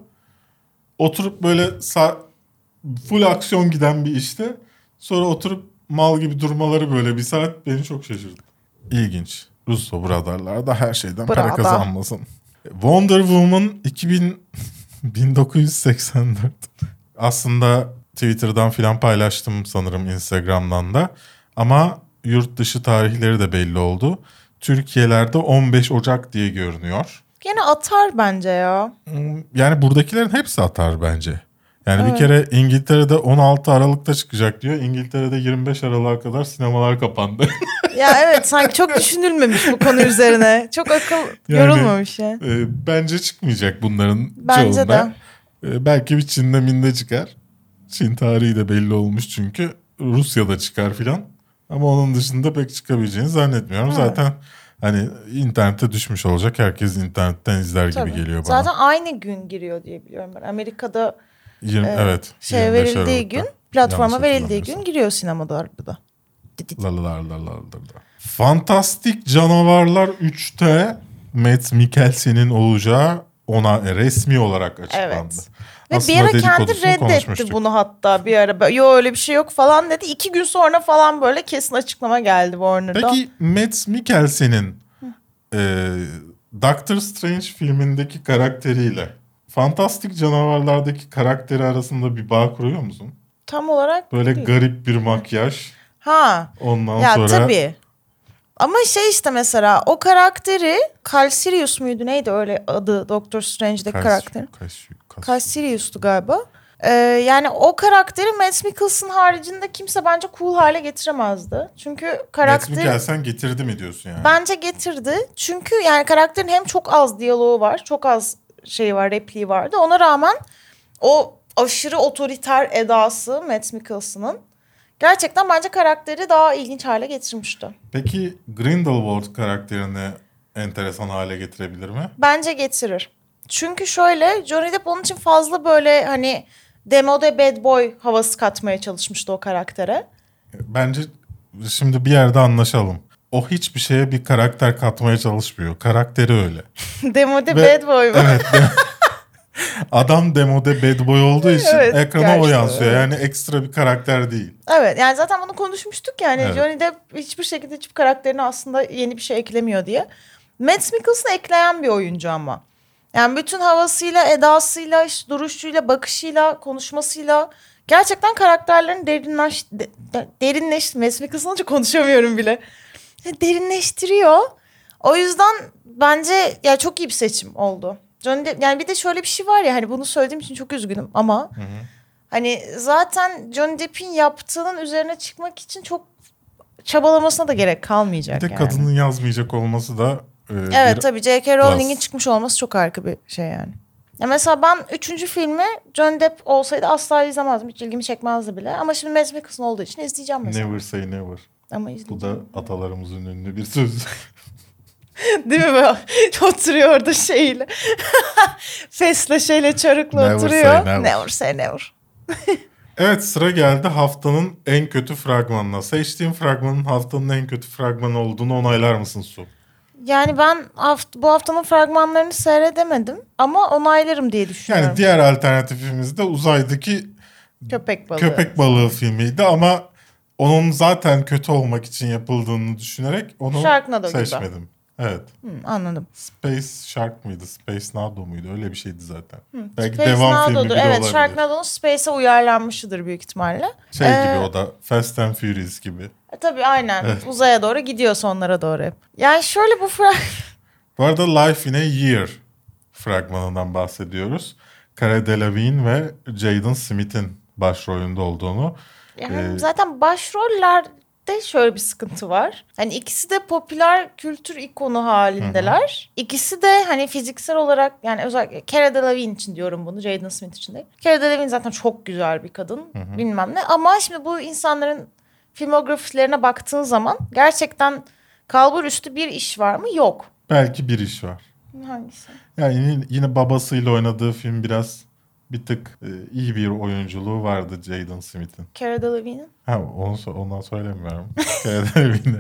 oturup böyle sa- full aksiyon giden bir işte, sonra oturup mal gibi durmaları böyle bir saat beni çok şaşırdı. İlginç. Russo Brother'lar da her şeyden para Brother. kazanmasın. Wonder Woman iki bin bin dokuz yüz seksen dört. Aslında Twitter'dan filan paylaştım sanırım, Instagram'dan da. Ama yurt dışı tarihleri de belli oldu. Türkiye'lerde on beş Ocak diye görünüyor. Gene atar bence ya. Yani buradakilerin hepsi atar bence. Yani Evet. bir kere İngiltere'de on altı Aralık'ta çıkacak diyor. İngiltere'de yirmi beş Aralık'a kadar sinemalar kapandı. Ya evet, sanki çok düşünülmemiş bu konu üzerine. Çok akıl Yani- yorulmamış ya. Ee, bence çıkmayacak bunların Bence çoğunda. de. Ee, belki bir Çin'de minde çıkar. Çin tarihi de belli olmuş çünkü. Rusya'da çıkar filan. Ama onun dışında pek çıkabileceğini zannetmiyorum. Evet. Zaten hani internete düşmüş olacak. Herkes internetten izler gibi Tabii. geliyor bana. Zaten aynı gün giriyor diye biliyorum ben. Amerika'da yirmi, e, evet. şey yirmi beş verildiği Aralık'ta. gün, platforma Yanlış verildiği hatırlamıyorsam. gün giriyor sinemalarda da. La la la la la la. Fantastik Canavarlar üçte Matt Mikkelsen'in olacağı ona resmi olarak açıklandı. Evet. Ve Aslında bir ara kendi dedikodusunu reddetti konuşmuştuk. bunu hatta bir ara. Yo öyle bir şey yok falan dedi. İki gün sonra falan böyle kesin açıklama geldi Warner'dan. Peki Matt Mikkelsen'in e, Doctor Strange filmindeki karakteriyle Fantastik Canavarlar'daki karakteri arasında bir bağ kuruyor musun? Tam olarak Böyle değil. garip bir makyaj. Ha. Ondan Ya sonra tabii. Ama şey işte mesela o karakteri Cal Sirius muydu neydi öyle adı Doctor Strange'deki Kas- karakterin? kas- kas- Cal Sirius'tu galiba. Ee, yani o karakteri Mads Mikkelsen haricinde kimse bence cool hale getiremezdi. Çünkü Matt karakter Mikkelsen getirdi mi diyorsun yani? bence getirdi. Çünkü yani karakterin hem çok az diyaloğu var, çok az şey var, repliği vardı. Ona rağmen o aşırı otoriter edası Mads Mikkelsen'ın gerçekten bence karakteri daha ilginç hale getirmişti. Peki Grindelwald karakterini enteresan hale getirebilir mi? Bence getirir. Çünkü şöyle Johnny Depp onun için fazla böyle hani demode bad boy havası katmaya çalışmıştı o karaktere. Bence şimdi bir yerde anlaşalım. O hiçbir şeye bir karakter katmaya çalışmıyor. Karakteri öyle. Demode Ve- bad boy mu? Evet. de- Adam demode bad boy olduğu için Evet, ekrana o gerçekten yansıyor. öyle. Yani ekstra bir karakter değil. Evet yani zaten bunu konuşmuştuk yani Evet. Johnny Depp hiçbir şekilde hiçbir karakterine aslında yeni bir şey eklemiyor diye. Mads Mikkelsen ekleyen bir oyuncu ama. Yani bütün havasıyla, edasıyla, işte duruşuyla, bakışıyla, konuşmasıyla gerçekten karakterlerin derinleş, de, de- derinleş, Mads Mikkelsen olunca konuşamıyorum bile. Derinleştiriyor. O yüzden bence ya çok iyi bir seçim oldu. Johnny Depp, yani bir de şöyle bir şey var ya, hani bunu söylediğim için çok üzgünüm ama Hı hı. hani zaten Johnny Depp'in yaptığının üzerine çıkmak için çok çabalamasına da gerek kalmayacak Bir de yani. kadının yazmayacak olması da e, Evet bir- tabii J K. Rowling'in biraz- çıkmış olması çok harika bir şey yani. Ya mesela ben üçüncü filmi Johnny Depp olsaydı asla izlemezdim. Hiç ilgimi çekmezdi bile. Ama şimdi Mads Mikkelsen olduğu için izleyeceğim mesela. Never say never. Ama Bu izleyeceğim. da atalarımızın ünlü bir söz. Değil mi böyle? Oturuyor orada şeyle. Fesle şeyle çarıkla Never oturuyor. say never. Never say never. Evet, sıra geldi haftanın en kötü fragmanına. Seçtiğim fragmanın haftanın en kötü fragmanı olduğunu onaylar mısın Su? Yani ben haft- bu haftanın fragmanlarını seyredemedim. Ama onaylarım diye düşünüyorum. Yani diğer alternatifimiz de uzaydaki Köpek balığı. köpek balığı filmiydi ama onun zaten kötü olmak için yapıldığını düşünerek onu Sharknado gibi. seçmedim. Evet. Hı, anladım. Space Shark mıydı? Space Nado muydu? Öyle bir şeydi zaten. Belki Space devam filmi Nado'dur. bile Evet, olabilir. Sharknado'nun Space'e uyarlanmışıdır büyük ihtimalle. Şey Ee, gibi o da Fast and Furious gibi. E, tabii aynen. Evet. Uzaya doğru gidiyor, sonlara doğru hep. Yani şöyle bu frag... Bu arada Life in a Year fragmanından bahsediyoruz. Cara Delevingne ve Jaden Smith'in başrolünde olduğunu. Yani Ee, zaten başrollerde şöyle bir sıkıntı var. Hani ikisi de popüler kültür ikonu halindeler. İkisi de hani fiziksel olarak, yani özellikle Cara Delevingne için diyorum bunu, Jaden Smith için değil. Cara Delevingne zaten çok güzel bir kadın. Bilmem ne. Ama şimdi bu insanların filmografilerine baktığın zaman gerçekten kalbur üstü bir iş var mı? Yok. Belki bir iş var. Hangisi? Yani yine, yine babasıyla oynadığı film biraz bir tık e, iyi bir oyunculuğu vardı Jaden Smith'in. Cara Delevingne'in. Ha, onu so- ondan söylemiyorum. Cara Delevingne.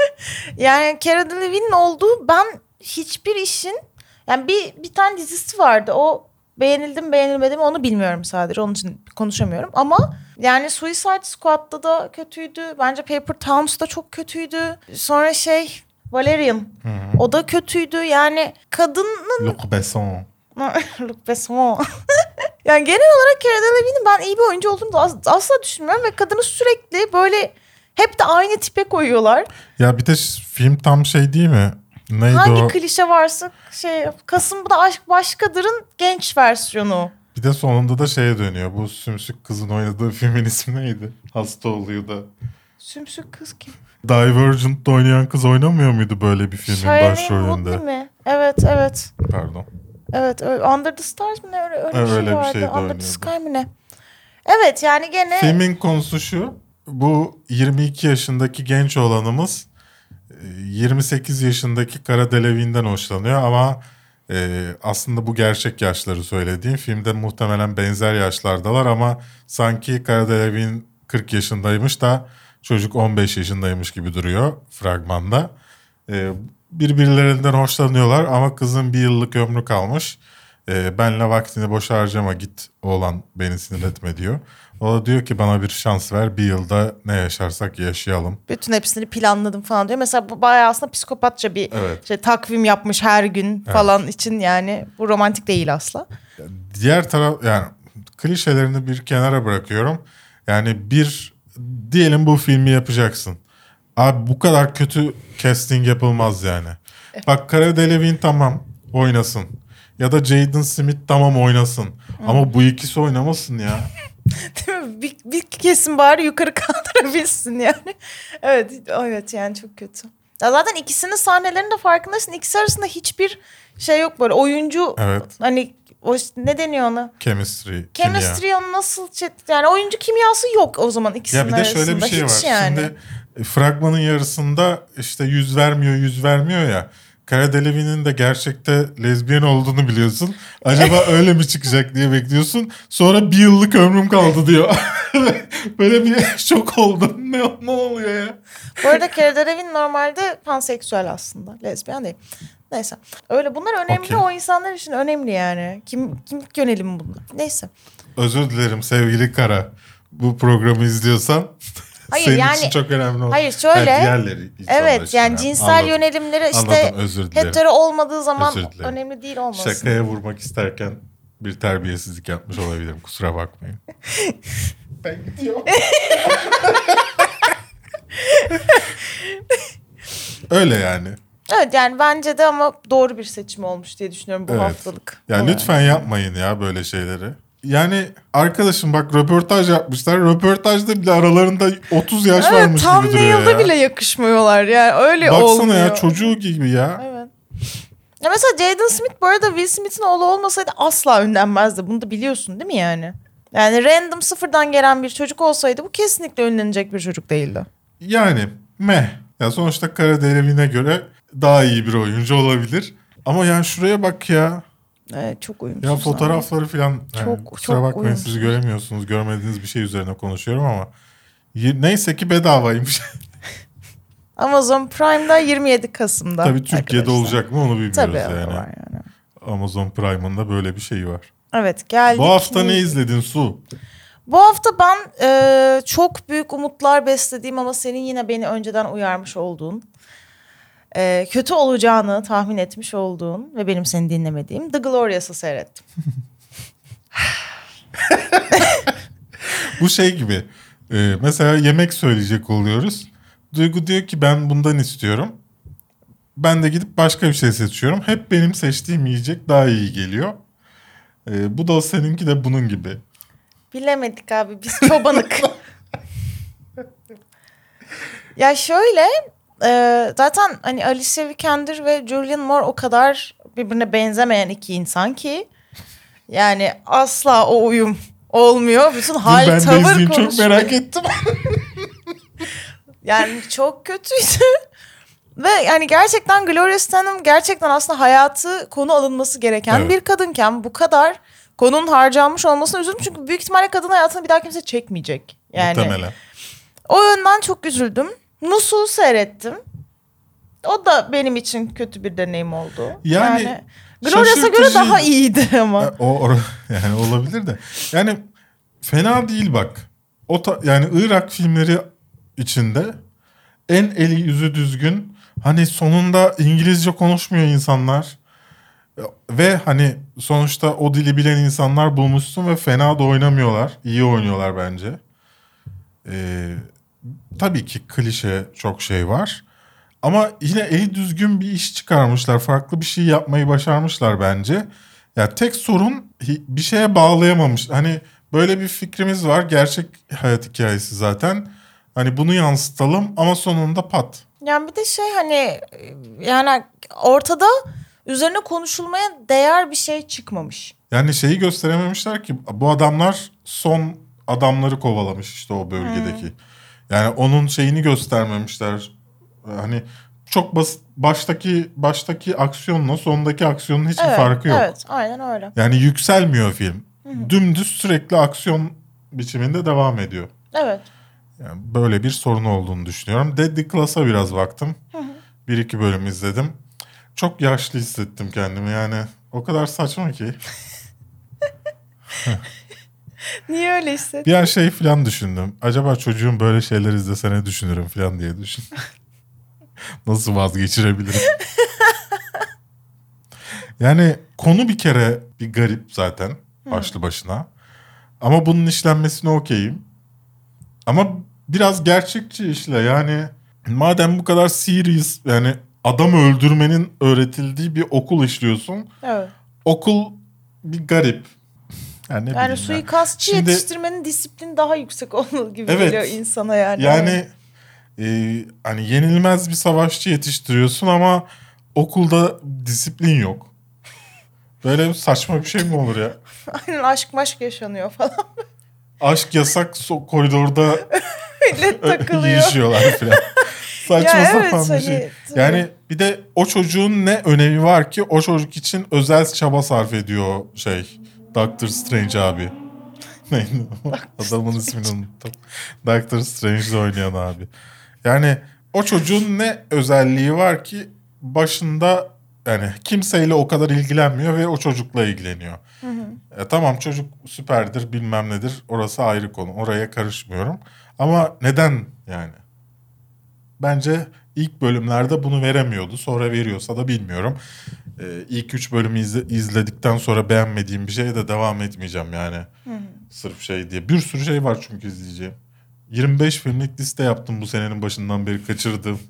Yani Cara Delevingne'in olduğu, ben hiçbir işin, yani bir bir tane dizisi vardı, o beğenildi mi beğenilmedi mi onu bilmiyorum sadece, onun için konuşamıyorum ama yani Suicide Squad'da da kötüydü, bence Paper Towns'da çok kötüydü, sonra şey Valerian, o da kötüydü, yani kadının Luc Besson. Luc Besson. Yani genel olarak Cara Delevingne'in ben iyi bir oyuncu olduğunu da as- asla düşünmüyorum ve kadını sürekli böyle hep de aynı tipe koyuyorlar. Ya bir de ş- film tam şey değil mi? Neydi Hangi o? klişe varsa şey, Kasım'da Aşk Başkadır'ın genç versiyonu. Bir de sonunda da şeye dönüyor. Bu sümsük kızın oynadığı filmin ismi neydi? Hasta oluyor da. Sümsük kız kim? Divergent'da oynayan kız oynamıyor muydu böyle bir filmin Shailene başrolünde? Woodley mi? Evet evet. Pardon. Evet öyle. Under the Stars mı ne, öyle, öyle, Evet, bir şey öyle bir vardı. şeyde Under the oynuyordu. Sky mı ne? Evet yani gene Filmin konusu şu. Bu yirmi iki yaşındaki genç olanımız e, yirmi sekiz yaşındaki Cara Delevingne'den hoşlanıyor ama e, aslında bu gerçek yaşları söylediğim. Filmde muhtemelen benzer yaşlardalar ama sanki Cara Delevingne kırk yaşındaymış da çocuk on beş yaşındaymış gibi duruyor fragmanda. E, birbirlerinden hoşlanıyorlar ama kızın bir yıllık ömrü kalmış. E, benle vaktini boş harcama, git oğlan, beni sinir etme diyor. O da diyor ki bana bir şans ver, bir yılda ne yaşarsak yaşayalım. bütün hepsini planladım falan diyor. Mesela bu bayağı aslında psikopatça bir Evet. şey, takvim yapmış her gün falan için, yani bu romantik değil asla. Diğer taraf, yani klişelerini bir kenara bırakıyorum. Yani bir diyelim bu filmi yapacaksın. Abi bu kadar kötü casting yapılmaz yani. Bak Cara Delevingne tamam oynasın. Ya da Jaden Smith tamam oynasın. Ama bu ikisi oynamasın ya. Değil mi? Bir, bir kesim bari yukarı kaldırabilsin yani. Evet, evet yani çok kötü. Ya zaten ikisinin sahnelerinde farkındasın. İkisi arasında hiçbir şey yok böyle. Oyuncu Evet. hani o ne deniyor ona? Chemistry. kimya. Chemistry onu nasıl çet, yani oyuncu kimyası yok o zaman ikisinin Ya bir de arasında. şöyle bir şey Hiç var. yani. Şimdi e, fragmanın yarısında işte yüz vermiyor, yüz vermiyor ya. Cara Delevingne'in de gerçekte lezbiyen olduğunu biliyorsun. Acaba öyle mi çıkacak diye bekliyorsun. Sonra bir yıllık ömrüm kaldı diyor. Böyle bir şok oldum. Ne, ne oluyor ya? Bu arada Cara Delevingne normalde panseksüel aslında. Lezbiyen değil. Neyse. Öyle bunlar önemli. Okey. O insanlar için önemli yani. Kim kimlik yönelimi bunlar. Neyse. Özür dilerim sevgili Kara. Bu programı izliyorsan Hayır, senin yani- için çok önemli. Hayır, şöyle- Ha, diğerleri insanlar Evet için yani önemli. cinsel Anladım. yönelimleri işte Anladım, özür dilerim. hetero olmadığı zaman Özür dilerim. önemli değil olmasın. Şakaya vurmak isterken bir terbiyesizlik yapmış olabilirim. Kusura bakmayın. Ben gidiyorum. Öyle yani. Evet yani bence de ama doğru bir seçim olmuş diye düşünüyorum bu Evet. haftalık. Ya Evet. lütfen yapmayın ya böyle şeyleri. Yani arkadaşım bak röportaj yapmışlar. Röportajda bile aralarında otuz yaş Evet, varmış tam gibi duruyor nail'da ya. bile yakışmıyorlar yani öyle Baksana olmuyor. ya çocuğu gibi ya. Evet. Ya mesela Jaden Smith bu arada Will Smith'in oğlu olmasaydı asla ünlenmezdi. Bunu da biliyorsun değil mi yani? Yani random sıfırdan gelen bir çocuk olsaydı bu kesinlikle ünlenecek bir çocuk değildi. Yani meh. Ya sonuçta Kara Delevin'e göre daha iyi bir oyuncu olabilir. Ama yani şuraya bak ya. Evet çok uyumsuz. Ya fotoğrafları falan. Yani Çok, kusura çok bakmayın uyumsuz. sizi göremiyorsunuz. Görmediğiniz bir şey üzerine konuşuyorum ama. Y- Neyse ki bedavaymış. Amazon Prime'da yirmi yedi Kasım'da. Tabii Türkiye'de arkadaşlar. olacak mı onu bilmiyoruz Tabii yani. var yani. Amazon Prime'ın da böyle bir şeyi var. Evet geldik. Bu hafta ne izledin Su? Bu hafta ben e, çok büyük umutlar beslediğim ama senin yine beni önceden uyarmış olduğun, e, kötü olacağını tahmin etmiş olduğun ve benim seni dinlemediğim The Glorious'ı seyrettim. Bu şey gibi. e, mesela yemek söyleyecek oluyoruz. Duygu diyor ki ben bundan istiyorum. Ben de gidip başka bir şey seçiyorum. Hep benim seçtiğim yiyecek daha iyi geliyor. E, bu da seninki de bunun gibi. Bilemedik abi biz çobanık. Ya şöyle e, zaten hani Alicia Vikander ve Julianne Moore o kadar birbirine benzemeyen iki insan ki yani asla o uyum olmuyor. Bütün hal ben de tavır izleyeyim çok konuşuyor. merak ettim. Yani çok kötüydü. Ve yani gerçekten Gloria Steinem gerçekten aslında hayatı konu alınması gereken Evet. bir kadınken bu kadar konunun harcanmış olmasına üzüldüm. Çünkü büyük ihtimalle kadın hayatını bir daha kimse çekmeyecek. Yani Muhtemelen. o yönden çok üzüldüm. Nusu'yu seyrettim. O da benim için kötü bir deneyim oldu. Yani Gloria's'a göre şaşırtıcıydı. daha iyiydi ama. Ha, O or- yani olabilir de. Yani fena değil bak. O ta- yani Irak filmleri içinde en eli yüzü düzgün. Hani sonunda İngilizce konuşmuyor insanlar. Ve hani sonuçta o dili bilen insanlar bulmuşsun ve fena da oynamıyorlar. İyi oynuyorlar bence. Ee, tabii ki klişe çok şey var. Ama yine eli düzgün bir iş çıkarmışlar. Farklı bir şey yapmayı başarmışlar bence. Ya tek sorun hi- bir şeye bağlayamamış. Hani böyle bir fikrimiz var. Gerçek hayat hikayesi zaten. Hani bunu yansıtalım ama sonunda pat. Yani bir de şey hani yani ortada üzerine konuşulmaya değer bir şey çıkmamış. Yani şeyi gösterememişler ki bu adamlar son adamları kovalamış işte o bölgedeki. Yani onun şeyini göstermemişler. Hani çok basit baştaki baştaki aksiyonla sondaki aksiyonun hiçbir Evet, farkı yok. evet aynen öyle. Yani yükselmiyor film. Dümdüz sürekli aksiyon biçiminde devam ediyor. Evet. Yani böyle bir sorun olduğunu düşünüyorum. Deadly Class'a biraz baktım. Bir iki bölüm izledim. Çok yaşlı hissettim kendimi yani. O kadar saçma ki. Niye öyle hissettin? Bir an şey falan düşündüm. Acaba çocuğum böyle şeyler izlese ne düşünürüm falan diye düşün. Nasıl vazgeçirebilirim? Yani konu bir kere bir garip zaten başlı başına. Ama bunun işlenmesine okeyim. Ama biraz gerçekçi işle yani madem bu kadar serious yani adam öldürmenin öğretildiği bir okul işliyorsun. Evet. Okul bir garip. Yani, ne Yani bileyim suikastçı Şimdi- yetiştirmenin disiplin daha yüksek olduğu gibi Evet. geliyor insana yani. Yani e, hani yenilmez bir savaşçı yetiştiriyorsun ama okulda disiplin yok. Böyle bir saçma bir şey mi olur ya? Aynen aşk maşk yaşanıyor falan. Aşk yasak so- koridorda Millet takılıyor. yiyişiyorlar falan. Saçma Ya evet, sapan bir hani, şey. tabii. Yani bir de o çocuğun ne önemi var ki o çocuk için özel çaba sarf ediyor o şey. Doctor Strange abi. Neydi o? Adamın ismini unuttum. Doctor Strange'de oynayan abi. Yani o çocuğun ne özelliği var ki başında yani kimseyle o kadar ilgilenmiyor ve o çocukla ilgileniyor. Hı hı. E, tamam çocuk süperdir bilmem nedir orası ayrı konu oraya karışmıyorum. Ama neden yani? Bence ilk bölümlerde bunu veremiyordu. Sonra veriyorsa da bilmiyorum. Ee, ilk üç bölümü izle, izledikten sonra beğenmediğim bir şeye de devam etmeyeceğim yani. Hı hı. Sırf şey diye. Bir sürü şey var çünkü izleyeceğim. yirmi beş filmlik liste yaptım bu senenin başından beri kaçırdığım.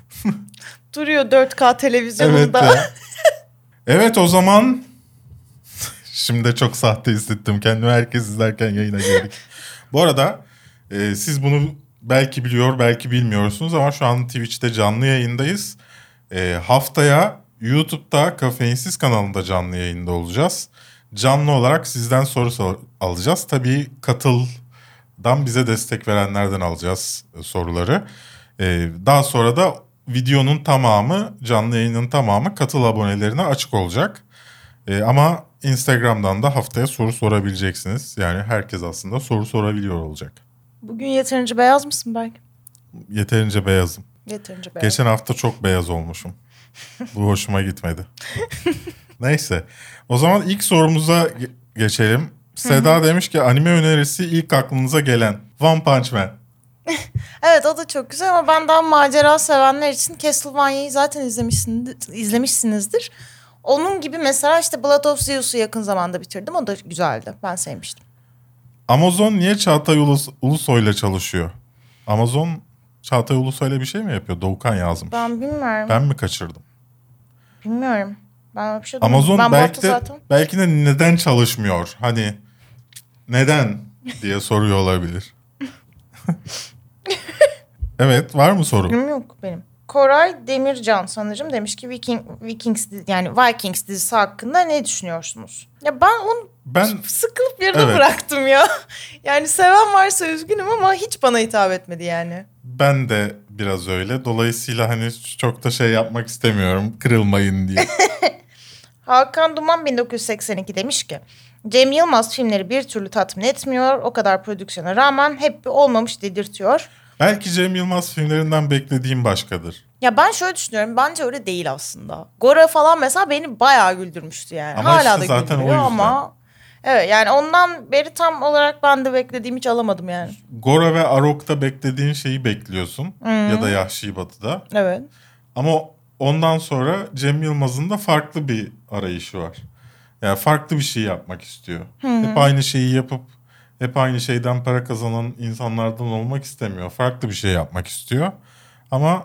Duruyor dört K Evet televizyonunda. ya. Evet o zaman şimdi de çok sahte hissettim kendimi herkes izlerken yayına girdik. Bu arada e, siz bunu belki biliyor belki bilmiyorsunuz ama şu an Twitch'te canlı yayındayız. E, haftaya YouTube'da Kafeinsiz kanalında canlı yayında olacağız. Canlı olarak sizden soru sor- alacağız. Tabii Katıl'dan bize destek verenlerden alacağız e, soruları. E, daha sonra da videonun tamamı, canlı yayının tamamı Katıl abonelerine açık olacak. E, ama Instagram'dan da haftaya soru sorabileceksiniz. Yani herkes aslında soru sorabiliyor olacak. Bugün yeterince beyaz mısın Berk? Yeterince beyazım. Yeterince beyaz. Geçen hafta çok beyaz olmuşum. Bu hoşuma gitmedi. Neyse. O zaman ilk sorumuza ge- geçelim. Seda demiş ki anime önerisi ilk aklınıza gelen. One Punch Man. Evet o da çok güzel ama ben daha macera sevenler için Castlevania'yı zaten izlemişsinizdir. izlemişsinizdir. Onun gibi mesela işte Blood of Zeus'u yakın zamanda bitirdim. O da güzeldi. Ben sevmiştim. Amazon niye Çağatay Ulus- Ulusoy'la çalışıyor? Amazon Çağatay Ulusoy'la bir şey mi yapıyor? Doğukan yazmış. Ben bilmiyorum. Ben mi kaçırdım? Bilmiyorum. Ben öyle bir şey duymadım. Amazon ben bu belki hafta de zaten... belki de neden çalışmıyor? Hani neden diye soruyor olabilir. Evet, var mı soru? Fikrim yok benim. Koray Demircan sanırım demiş ki Viking Vikings yani Vikings dizisi hakkında ne düşünüyorsunuz? Ya ben onu Ben sıkılıp yarıda Evet. bıraktım ya. Yani seven varsa üzgünüm ama hiç bana hitap etmedi yani. ben de biraz öyle. Dolayısıyla hani çok da şey yapmak istemiyorum. Kırılmayın diye. Hakan Duman bin dokuz yüz seksen iki demiş ki Cem Yılmaz filmleri bir türlü tatmin etmiyor. O kadar prodüksiyona rağmen hep bir olmamış dedirtiyor. Belki Cem Yılmaz filmlerinden beklediğim başkadır. Ya ben şöyle düşünüyorum. Bence öyle değil aslında. Gora falan mesela beni bayağı güldürmüştü yani. Ama Hala işte da zaten o güldürüyor yüzden. ama... Evet yani ondan beri tam olarak ben de beklediğimi hiç alamadım yani. Gora ve Arok'ta beklediğin şeyi bekliyorsun. Ya da Yahşi Batı'da. Evet. Ama ondan sonra Cem Yılmaz'ın da farklı bir arayışı var. Yani farklı bir şey yapmak istiyor. Hep aynı şeyi yapıp hep aynı şeyden para kazanan insanlardan olmak istemiyor. Farklı bir şey yapmak istiyor. Ama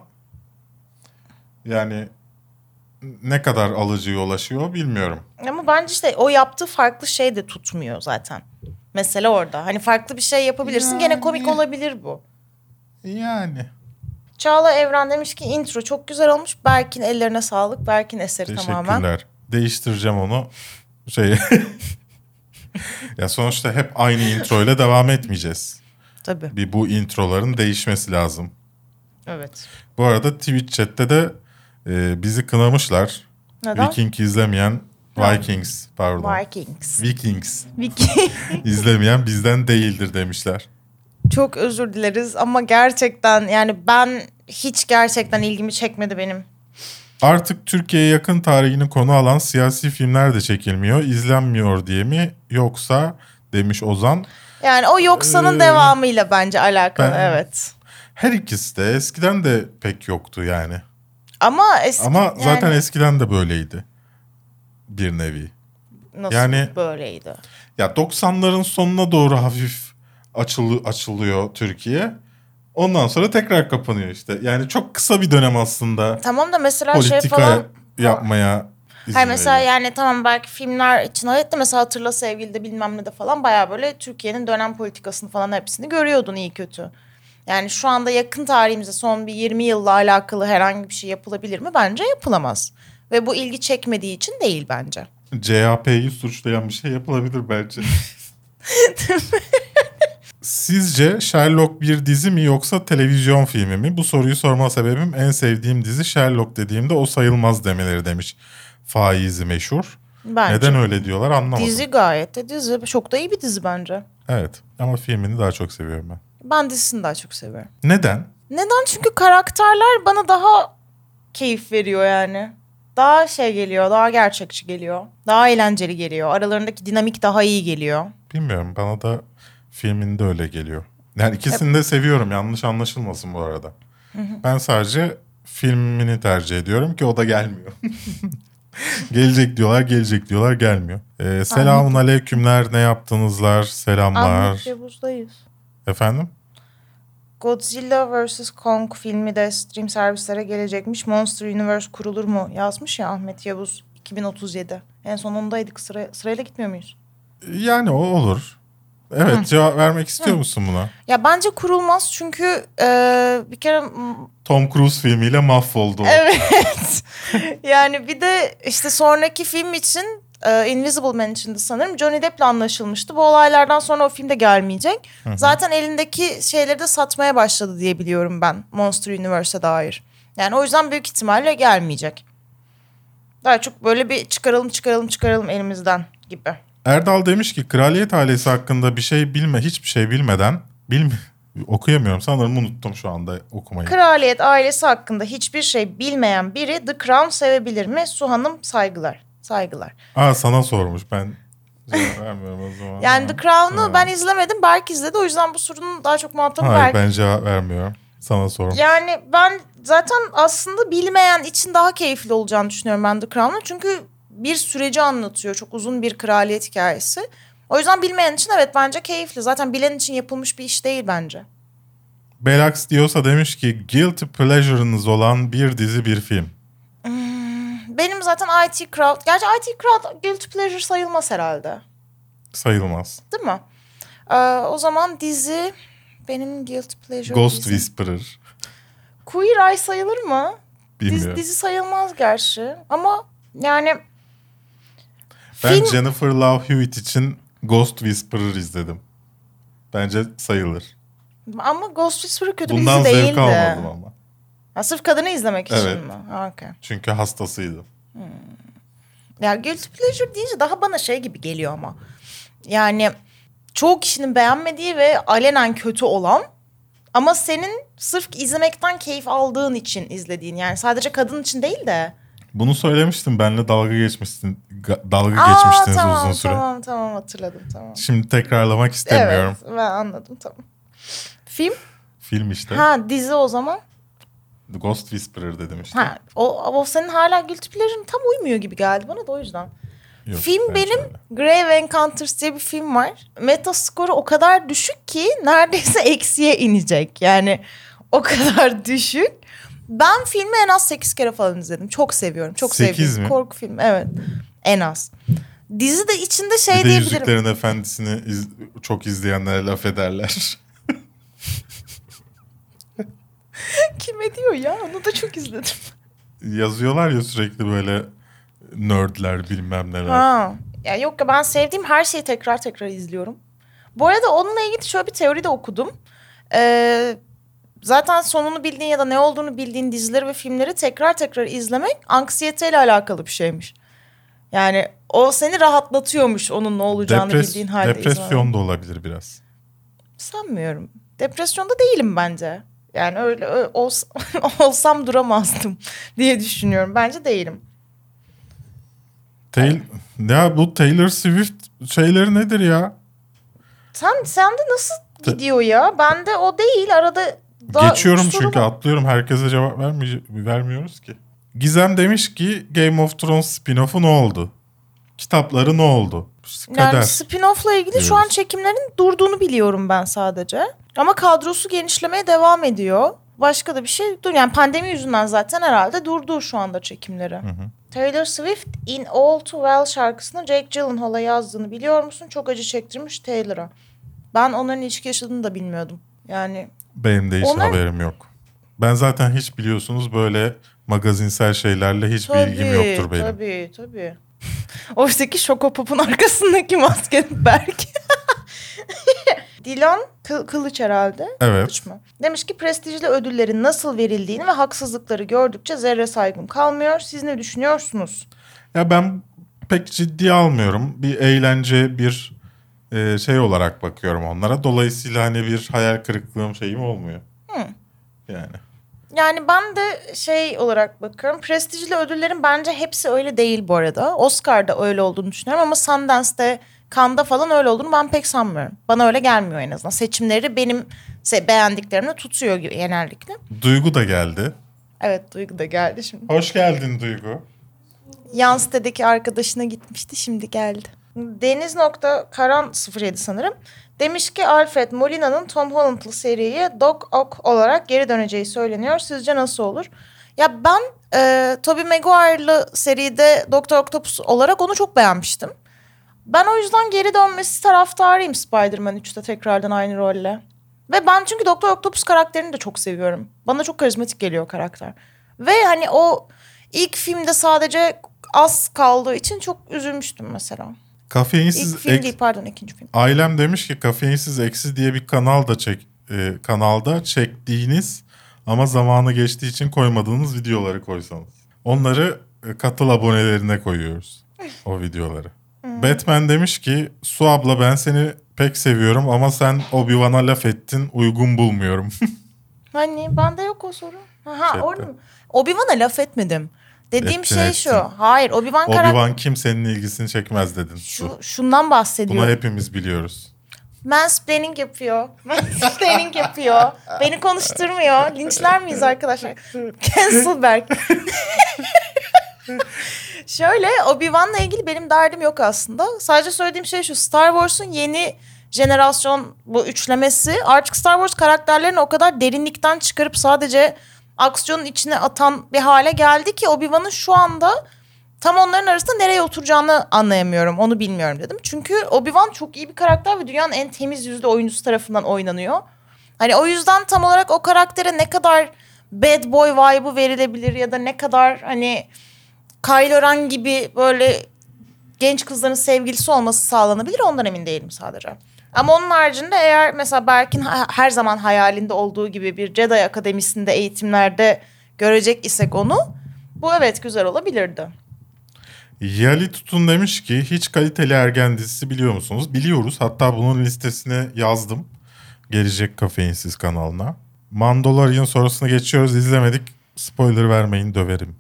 yani ne kadar alıcıya ulaşıyor bilmiyorum. Ama bence işte o yaptığı farklı şey de tutmuyor zaten. Mesele orada. Hani farklı bir şey yapabilirsin. Gene komik olabilir bu. Yani. Çağla Evren demiş ki intro çok güzel olmuş. Berk'in ellerine sağlık. Berk'in eseri tamamen. Teşekkürler. Değiştireceğim onu. Şey. Ya sonuçta hep aynı intro ile devam etmeyeceğiz. Tabii. Bir bu introların değişmesi lazım. Evet. Bu arada Twitch chat'te de e, bizi kınamışlar. Neden? Viking izlemeyen Ha. Vikings pardon. Vikings. Vikings Viking. izlemeyen bizden değildir demişler. Çok özür dileriz ama gerçekten yani ben hiç gerçekten ilgimi çekmedi benim. Artık Türkiye'ye yakın tarihini konu alan siyasi filmler de çekilmiyor, izlenmiyor diye mi yoksa demiş Ozan. Yani o yoksanın Ee, devamıyla bence alakalı ben- evet. Her ikisi de eskiden de pek yoktu yani. Ama eski Ama yani zaten eskiden de böyleydi. Bir nevi. nasıl yani- böyleydi? Ya doksanların sonuna doğru hafif açılı, açılıyor Türkiye. Ondan sonra tekrar kapanıyor işte. Yani çok kısa bir dönem aslında Tamam da mesela politika şey falan. yapmaya izin Hayır mesela veriyor. yani tamam belki filmler için evet de mesela Hatırla Sevgili'de bilmem ne de falan bayağı böyle Türkiye'nin dönem politikasını falan hepsini görüyordun iyi kötü. Yani şu anda yakın tarihimize son bir yirmi yılla alakalı herhangi bir şey yapılabilir mi? Bence yapılamaz. Ve bu ilgi çekmediği için değil bence. C H P'yi suçlayan bir şey yapılabilir bence. Sizce Sherlock bir dizi mi yoksa televizyon filmi mi? Bu soruyu sorma sebebim en sevdiğim dizi Sherlock dediğimde o sayılmaz demeleri demiş. Faizi meşhur. Bence. Neden öyle diyorlar anlamadım. Dizi gayet de dizi. Çok da iyi bir dizi bence. Evet ama filmini daha çok seviyorum ben. Ben dizisini daha çok seviyorum. Neden? Neden? Çünkü karakterler bana daha keyif veriyor yani. Daha şey geliyor, daha gerçekçi geliyor. Daha eğlenceli geliyor. Aralarındaki dinamik daha iyi geliyor. Bilmiyorum bana da filminde öyle geliyor. Yani ikisini de seviyorum yanlış anlaşılmasın bu arada. Ben sadece filmini tercih ediyorum ki o da gelmiyor. Gelecek diyorlar gelecek diyorlar gelmiyor. Ee, selamun aleykümler ne yaptınızlar selamlar. Ahmet Yavuz'dayız. Efendim? Godzilla versus. Kong filmi de stream servislere gelecekmiş. Monster Universe kurulur mu yazmış ya Ahmet Yavuz iki bin otuz yedi. En son ondaydık. Sıra, sırayla gitmiyor muyuz? Yani o olur. Evet, Hı. cevap vermek istiyor Hı. musun buna? Ya bence kurulmaz çünkü e, bir kere... Tom Cruise filmiyle mahvoldu. Evet. Yani bir de işte sonraki film için e, Invisible Man için de sanırım Johnny Depp'le anlaşılmıştı. Bu olaylardan sonra o film de gelmeyecek. Hı hı. Zaten elindeki şeyleri de satmaya başladı diye biliyorum ben Monster Universe'e dair. Yani o yüzden büyük ihtimalle gelmeyecek. Daha çok böyle bir çıkaralım çıkaralım çıkaralım elimizden gibi. Erdal demiş ki kraliyet ailesi hakkında bir şey bilme, hiçbir şey bilmeden bilme, okuyamıyorum sanırım, unuttum şu anda okumayı. Kraliyet ailesi hakkında hiçbir şey bilmeyen biri The Crown sevebilir mi? Su Hanım saygılar. Saygılar. Aa, sana sormuş, ben cevap vermiyorum o zaman. Yani The Crown'u ha. ben izlemedim, Berk izledi, o yüzden bu sorunun daha çok muhatabı Berk. Hayır, ben cevap vermiyorum. Sana sormuş. Yani ben zaten aslında bilmeyen için daha keyifli olacağını düşünüyorum ben The Crown'u. Çünkü bir süreci anlatıyor. Çok uzun bir kraliyet hikayesi. O yüzden bilmeyen için evet bence keyifli. Zaten bilen için yapılmış bir iş değil bence. Belax diyorsa demiş ki guilty pleasure'ınız olan bir dizi, bir film. Hmm, benim zaten I T Crowd. Gerçi I T Crowd guilty pleasure sayılmaz herhalde. Sayılmaz. Değil mi? Ee, o zaman dizi benim guilty pleasure Ghost dizi. Whisperer. Queer Eye sayılır mı? Bilmiyorum. Dizi, dizi sayılmaz gerçi. Ama yani... Ben film... Jennifer Love Hewitt için Ghost Whisperer izledim. Bence sayılır. Ama Ghost Whisperer kötü Bundan bir dizi değildi. Bundan zevk almadım ama. Ha, sırf kadını izlemek için evet. mi? Ha, okay. Çünkü hastasıydım. Hmm. Ya guilty pleasure deyince daha bana şey gibi geliyor ama. Yani çoğu kişinin beğenmediği ve alenen kötü olan ama senin sırf izlemekten keyif aldığın için izlediğin, yani sadece kadın için değil de. Bunu söylemiştim, benimle dalga geçmiştin, dalga Aa, geçmiştiniz tamam, uzun süre. Tamam tamam hatırladım tamam. Şimdi tekrarlamak istemiyorum. Evet, ben anladım, tamam. Film? Film işte. Ha, dizi o zaman. The Ghost Whisperer dedim işte. Ha, o, o senin hala guilty pleasure'ın tam uymuyor gibi geldi bana da o yüzden. Yok, film benim öyle. Grave Encounters diye bir film var. Metaskoru o kadar düşük ki neredeyse eksiye inecek. Yani o kadar düşük. Ben filmi en az sekiz kere falan izledim. Çok seviyorum. Çok sekiz sevdiğim mi? korku filmi. Evet. En az. Dizi de içinde şey bir de diyebilirim. Yüzüklerin Efendisi'ni iz, çok izleyenlere laf ederler. Kime diyor ya? Onu da çok izledim. Yazıyorlar ya sürekli böyle nerdler bilmem neler. Ha. Ya yok ya, ben sevdiğim her şeyi tekrar tekrar izliyorum. Bu arada onunla ilgili şöyle bir teori de okudum. Ee, zaten sonunu bildiğin ya da ne olduğunu bildiğin dizileri ve filmleri tekrar tekrar izlemek anksiyeteyle alakalı bir şeymiş. Yani o seni rahatlatıyormuş onun ne olacağını Depres- bildiğin halde Depresyon izlemek. da olabilir biraz. Sanmıyorum. Depresyonda değilim bence. Yani öyle, öyle ols- olsam duramazdım diye düşünüyorum. Bence değilim. Taylor, ya bu Taylor Swift şeyleri nedir ya? Sen sende nasıl gidiyor ya? Bende o değil. Arada daha geçiyorum çünkü mu? atlıyorum. Herkese cevap vermi- vermiyoruz ki. Gizem demiş ki Game of Thrones spin-off'u ne oldu? Kitapları ne oldu? Kader. Yani spin-off'la ilgili diyoruz. Şu an çekimlerin durduğunu biliyorum ben sadece. Ama kadrosu genişlemeye devam ediyor. Başka da bir şey dur. Yani pandemi yüzünden zaten herhalde durdu şu anda çekimleri. Hı hı. Taylor Swift In All Too Well şarkısını Jake Gyllenhaal'a yazdığını biliyor musun? Çok acı çektirmiş Taylor'a. Ben onların ilişki yaşadığını da bilmiyordum. Yani benim de hiç onlar... haberim yok. Ben zaten hiç biliyorsunuz böyle magazinsel şeylerle hiçbir tabii, ilgim yoktur benim. Tabii tabii. Oradaki Şokopop'un arkasındaki maske belki. Dilan Kı- Kılıç herhalde. Evet. Kılıç mı? Demiş ki prestijli ödüllerin nasıl verildiğini ve haksızlıkları gördükçe zerre saygım kalmıyor. Siz ne düşünüyorsunuz? Ya ben pek ciddiye almıyorum. Bir eğlence, bir e, şey olarak bakıyorum onlara. Dolayısıyla hani bir hayal kırıklığım şeyim olmuyor. Hı. Yani. Yani ben de şey olarak bakıyorum. Prestijli ödüllerin bence hepsi öyle değil bu arada. Oscar'da öyle olduğunu düşünüyorum ama Sundance'de, Cannes'da falan öyle olduğunu ben pek sanmıyorum. Bana öyle gelmiyor en azından. Seçimleri benim beğendiklerimle tutuyor genellikle. Duygu da geldi. Evet, Duygu da geldi şimdi. Hoş geldin Duygu. Yan sitedeki arkadaşına gitmişti, şimdi geldi. Deniz nokta Karan sıfır yedi sanırım. Demiş ki Alfred Molina'nın Tom Holland'lı seriye Doc Ock olarak geri döneceği söyleniyor. Sizce nasıl olur? Ya ben e, Tobey Maguire'lı seride Doktor Octopus olarak onu çok beğenmiştim. Ben o yüzden geri dönmesi taraftarıyım Spider-Man üçte tekrardan aynı rolle. Ve ben çünkü Doktor Octopus karakterini de çok seviyorum. Bana çok karizmatik geliyor karakter. Ve hani o ilk filmde sadece az kaldığı için çok üzülmüştüm mesela. Kafeinsiz İlk film ek- değil pardon ikinci film. Ailem demiş ki Kafeinsiz Eksi diye bir kanal da çek e, kanalda çektiğiniz ama zamanı geçtiği için koymadığınız videoları koysanız. Onları e, katıl abonelerine koyuyoruz o videoları. Batman demiş ki Su abla ben seni pek seviyorum ama sen Obi-Wan'a laf ettin uygun bulmuyorum. Hani bende yok o soru. Ha Chatte. orada mı? Obi-Wan'a laf etmedim. Dediğim Ettin, şey ettin. şu. Hayır Obi-Wan karakter... Obi-Wan kimsenin ilgisini çekmez dedin. Şu, Su. şundan bahsediyorum. Bunu hepimiz biliyoruz. Mansplaining yapıyor. Mansplaining yapıyor. Beni konuşturmuyor. Linçler miyiz arkadaşlar? Cancel Berk. Şöyle Obi-Wan'la ilgili benim derdim yok aslında. Sadece söylediğim şey şu. Star Wars'un yeni jenerasyon bu üçlemesi artık Star Wars karakterlerini o kadar derinlikten çıkarıp sadece aksiyonun içine atan bir hale geldi ki Obi-Wan'ın şu anda tam onların arasında nereye oturacağını anlayamıyorum. Onu bilmiyorum dedim. Çünkü Obi-Wan çok iyi bir karakter ve dünyanın en temiz yüzlü oyuncusu tarafından oynanıyor. Hani o yüzden tam olarak o karaktere ne kadar bad boy vibe'ı verilebilir ya da ne kadar hani Kylo Ren gibi böyle genç kızların sevgilisi olması sağlanabilir ondan emin değilim sadece. Ama onun haricinde eğer mesela Berk'in ha- her zaman hayalinde olduğu gibi bir Jedi Akademisi'nde eğitimlerde görecek isek onu bu evet güzel olabilirdi. Yali Tutun demiş ki hiç kaliteli ergen dizisi biliyor musunuz? Biliyoruz. Hatta bunun listesine yazdım. Gelecek Kafeinsiz kanalına. Mandalorian sonrasına geçiyoruz. İzlemedik. Spoiler vermeyin döverim.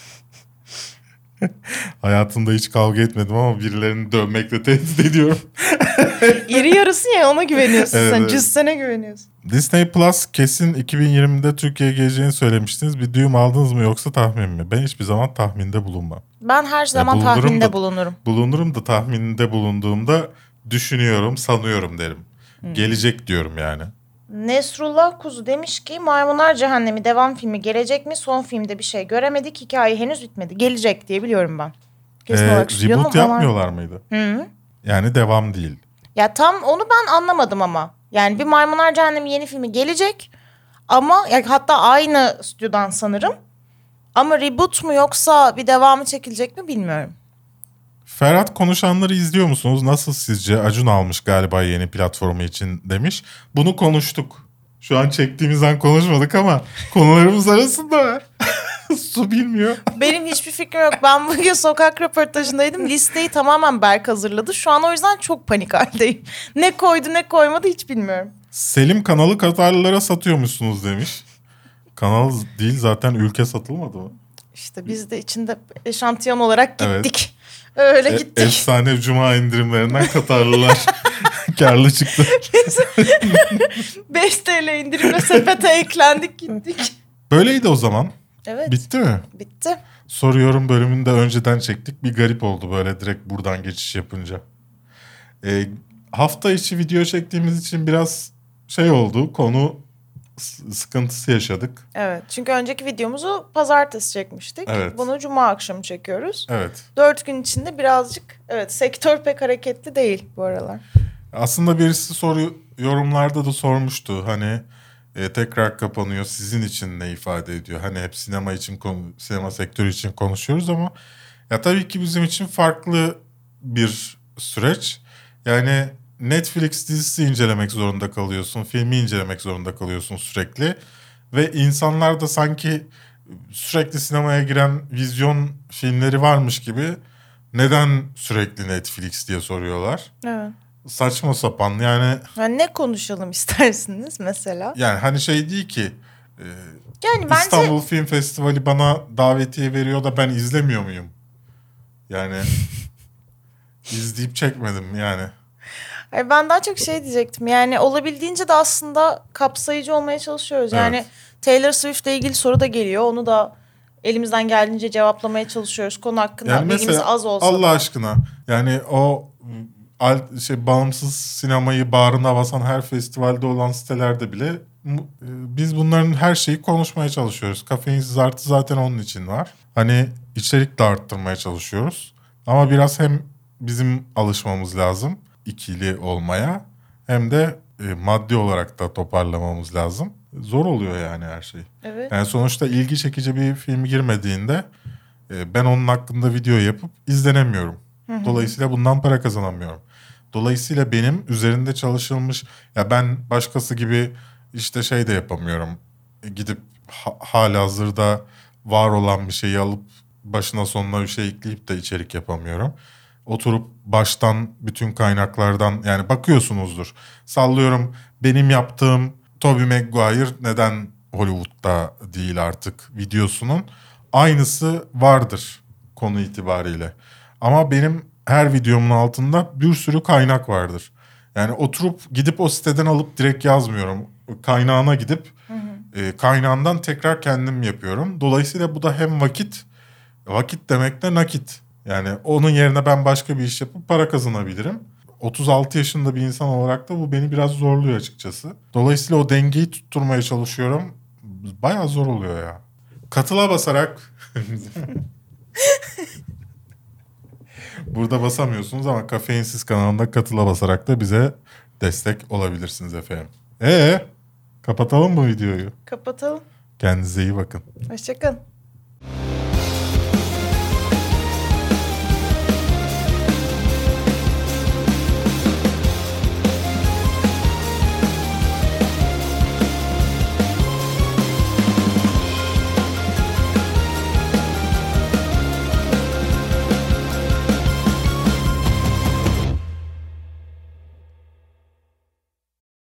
Hayatımda hiç kavga etmedim ama birilerini dövmekle tehdit ediyorum. İri yarısı ya ona güveniyorsun Evet, sen. evet. Cüssene güveniyorsun. Disney Plus kesin iki bin yirmide Türkiye'ye geleceğini söylemiştiniz. Bir duyum aldınız mı yoksa tahmin mi? Ben hiçbir zaman tahminde bulunmam. Ben her zaman bulunurum tahminde da- bulunurum. Bulunurum da tahminde bulunduğumda düşünüyorum, sanıyorum derim. Hmm. Gelecek diyorum yani. Nesrullah Kuzu demiş ki Maymunlar Cehennemi devam filmi gelecek mi? Son filmde bir şey göremedik. Hikaye henüz bitmedi. Gelecek diye biliyorum ben. Kesin Ee, olarak stüdyonun reboot ama- yapmıyorlar mıydı? Hı. Yani devam değil. Ya tam onu ben anlamadım ama. Yani bir Maymunlar Cehennemi yeni filmi gelecek. Ama ya hatta aynı stüdyodan sanırım. Ama reboot mu yoksa bir devamı çekilecek mi bilmiyorum. Ferhat konuşanları izliyor musunuz? Nasıl sizce? Acun almış galiba yeni platformu için demiş. Bunu konuştuk. Şu an çektiğimizden konuşmadık ama konularımız arasında var. Su bilmiyor. Benim hiçbir fikrim yok. Ben bugün sokak röportajındaydım. Listeyi tamamen Berk hazırladı. Şu an o yüzden çok panik haldeyim. Ne koydu ne koymadı hiç bilmiyorum. Selim kanalı Katarlılara satıyormuşsunuz demiş. Kanal değil zaten ülke satılmadı mı? İşte biz de içinde eşantiyon olarak Evet. gittik. Öyle E- gittik. efsane cuma indirimlerinden Katarlılar karlı çıktı. beş TL indirimle sepete eklendik gittik. Böyleydi o zaman. Evet Bitti mi? bitti. Soruyorum bölümünü de önceden çektik. Bir garip oldu böyle direkt buradan geçiş yapınca. Ee, hafta içi video çektiğimiz için biraz şey oldu. Konu s- sıkıntısı yaşadık. Evet çünkü önceki videomuzu pazartesi çekmiştik. Evet. Bunu cuma akşamı çekiyoruz. Evet. Dört gün içinde birazcık evet sektör pek hareketli değil bu aralar. Aslında birisi soru yorumlarda da sormuştu. Hani e, tekrar kapanıyor. Sizin için ne ifade ediyor? Hani hep sinema için konu- sinema sektörü için konuşuyoruz ama ya tabii ki bizim için farklı bir süreç. Yani Netflix dizisi incelemek zorunda kalıyorsun, filmi incelemek zorunda kalıyorsun sürekli ve insanlar da sanki sürekli sinemaya giren vizyon filmleri varmış gibi neden sürekli Netflix diye soruyorlar. Evet. Saçma sapan yani Yani ne konuşalım istersiniz mesela? yani hani şey değil ki e, Yani bence İstanbul Film Festivali bana davetiye veriyor da ben izlemiyor muyum? Yani izleyip çekmedim yani. Ay, ben daha çok şey diyecektim. Yani olabildiğince de aslında kapsayıcı olmaya çalışıyoruz. Yani Evet. Taylor Swift'le ilgili soru da geliyor. Onu da elimizden geldiğince cevaplamaya çalışıyoruz. Konu hakkında Yani bilgimiz mesela az olsa Allah da. aşkına yani o al- şey bağımsız sinemayı bağrına basan her festivalde olan sitelerde bile mu- e, biz bunların her şeyi konuşmaya çalışıyoruz. Kafeinsiz artı zaten onun için var. Hani içerik de arttırmaya çalışıyoruz. Ama biraz hem bizim alışmamız lazım ikili olmaya hem de e, maddi olarak da toparlamamız lazım. Zor oluyor yani her şey. Evet. Yani sonuçta ilgi çekici bir film girmediğinde e, ben onun hakkında video yapıp izlenemiyorum. Dolayısıyla bundan para kazanamıyorum. Dolayısıyla benim üzerinde çalışılmış ya ben başkası gibi işte şey de yapamıyorum. E, Gidip ha- halihazırda var olan bir şeyi alıp başına sonuna bir şey ekleyip de içerik yapamıyorum. Oturup baştan bütün kaynaklardan yani bakıyorsunuzdur. Sallıyorum benim yaptığım Tobey Maguire neden Hollywood'da değil artık videosunun aynısı vardır konu itibariyle. Ama benim her videomun altında bir sürü kaynak vardır. Yani oturup gidip o siteden alıp direkt yazmıyorum. Kaynağına gidip e, kaynağından tekrar kendim yapıyorum. Dolayısıyla bu da hem vakit, vakit demek de nakit. Yani onun yerine ben başka bir iş yapıp para kazanabilirim. otuz altı yaşında bir insan olarak da bu beni biraz zorluyor açıkçası. Dolayısıyla o dengeyi tutturmaya çalışıyorum. Bayağı zor oluyor ya. Katıla basarak... Burada basamıyorsunuz ama Kafeinsiz kanalında katıla basarak da bize destek olabilirsiniz efendim. Ee, kapatalım mı videoyu? Kapatalım. Kendinize iyi bakın. Hoşçakalın.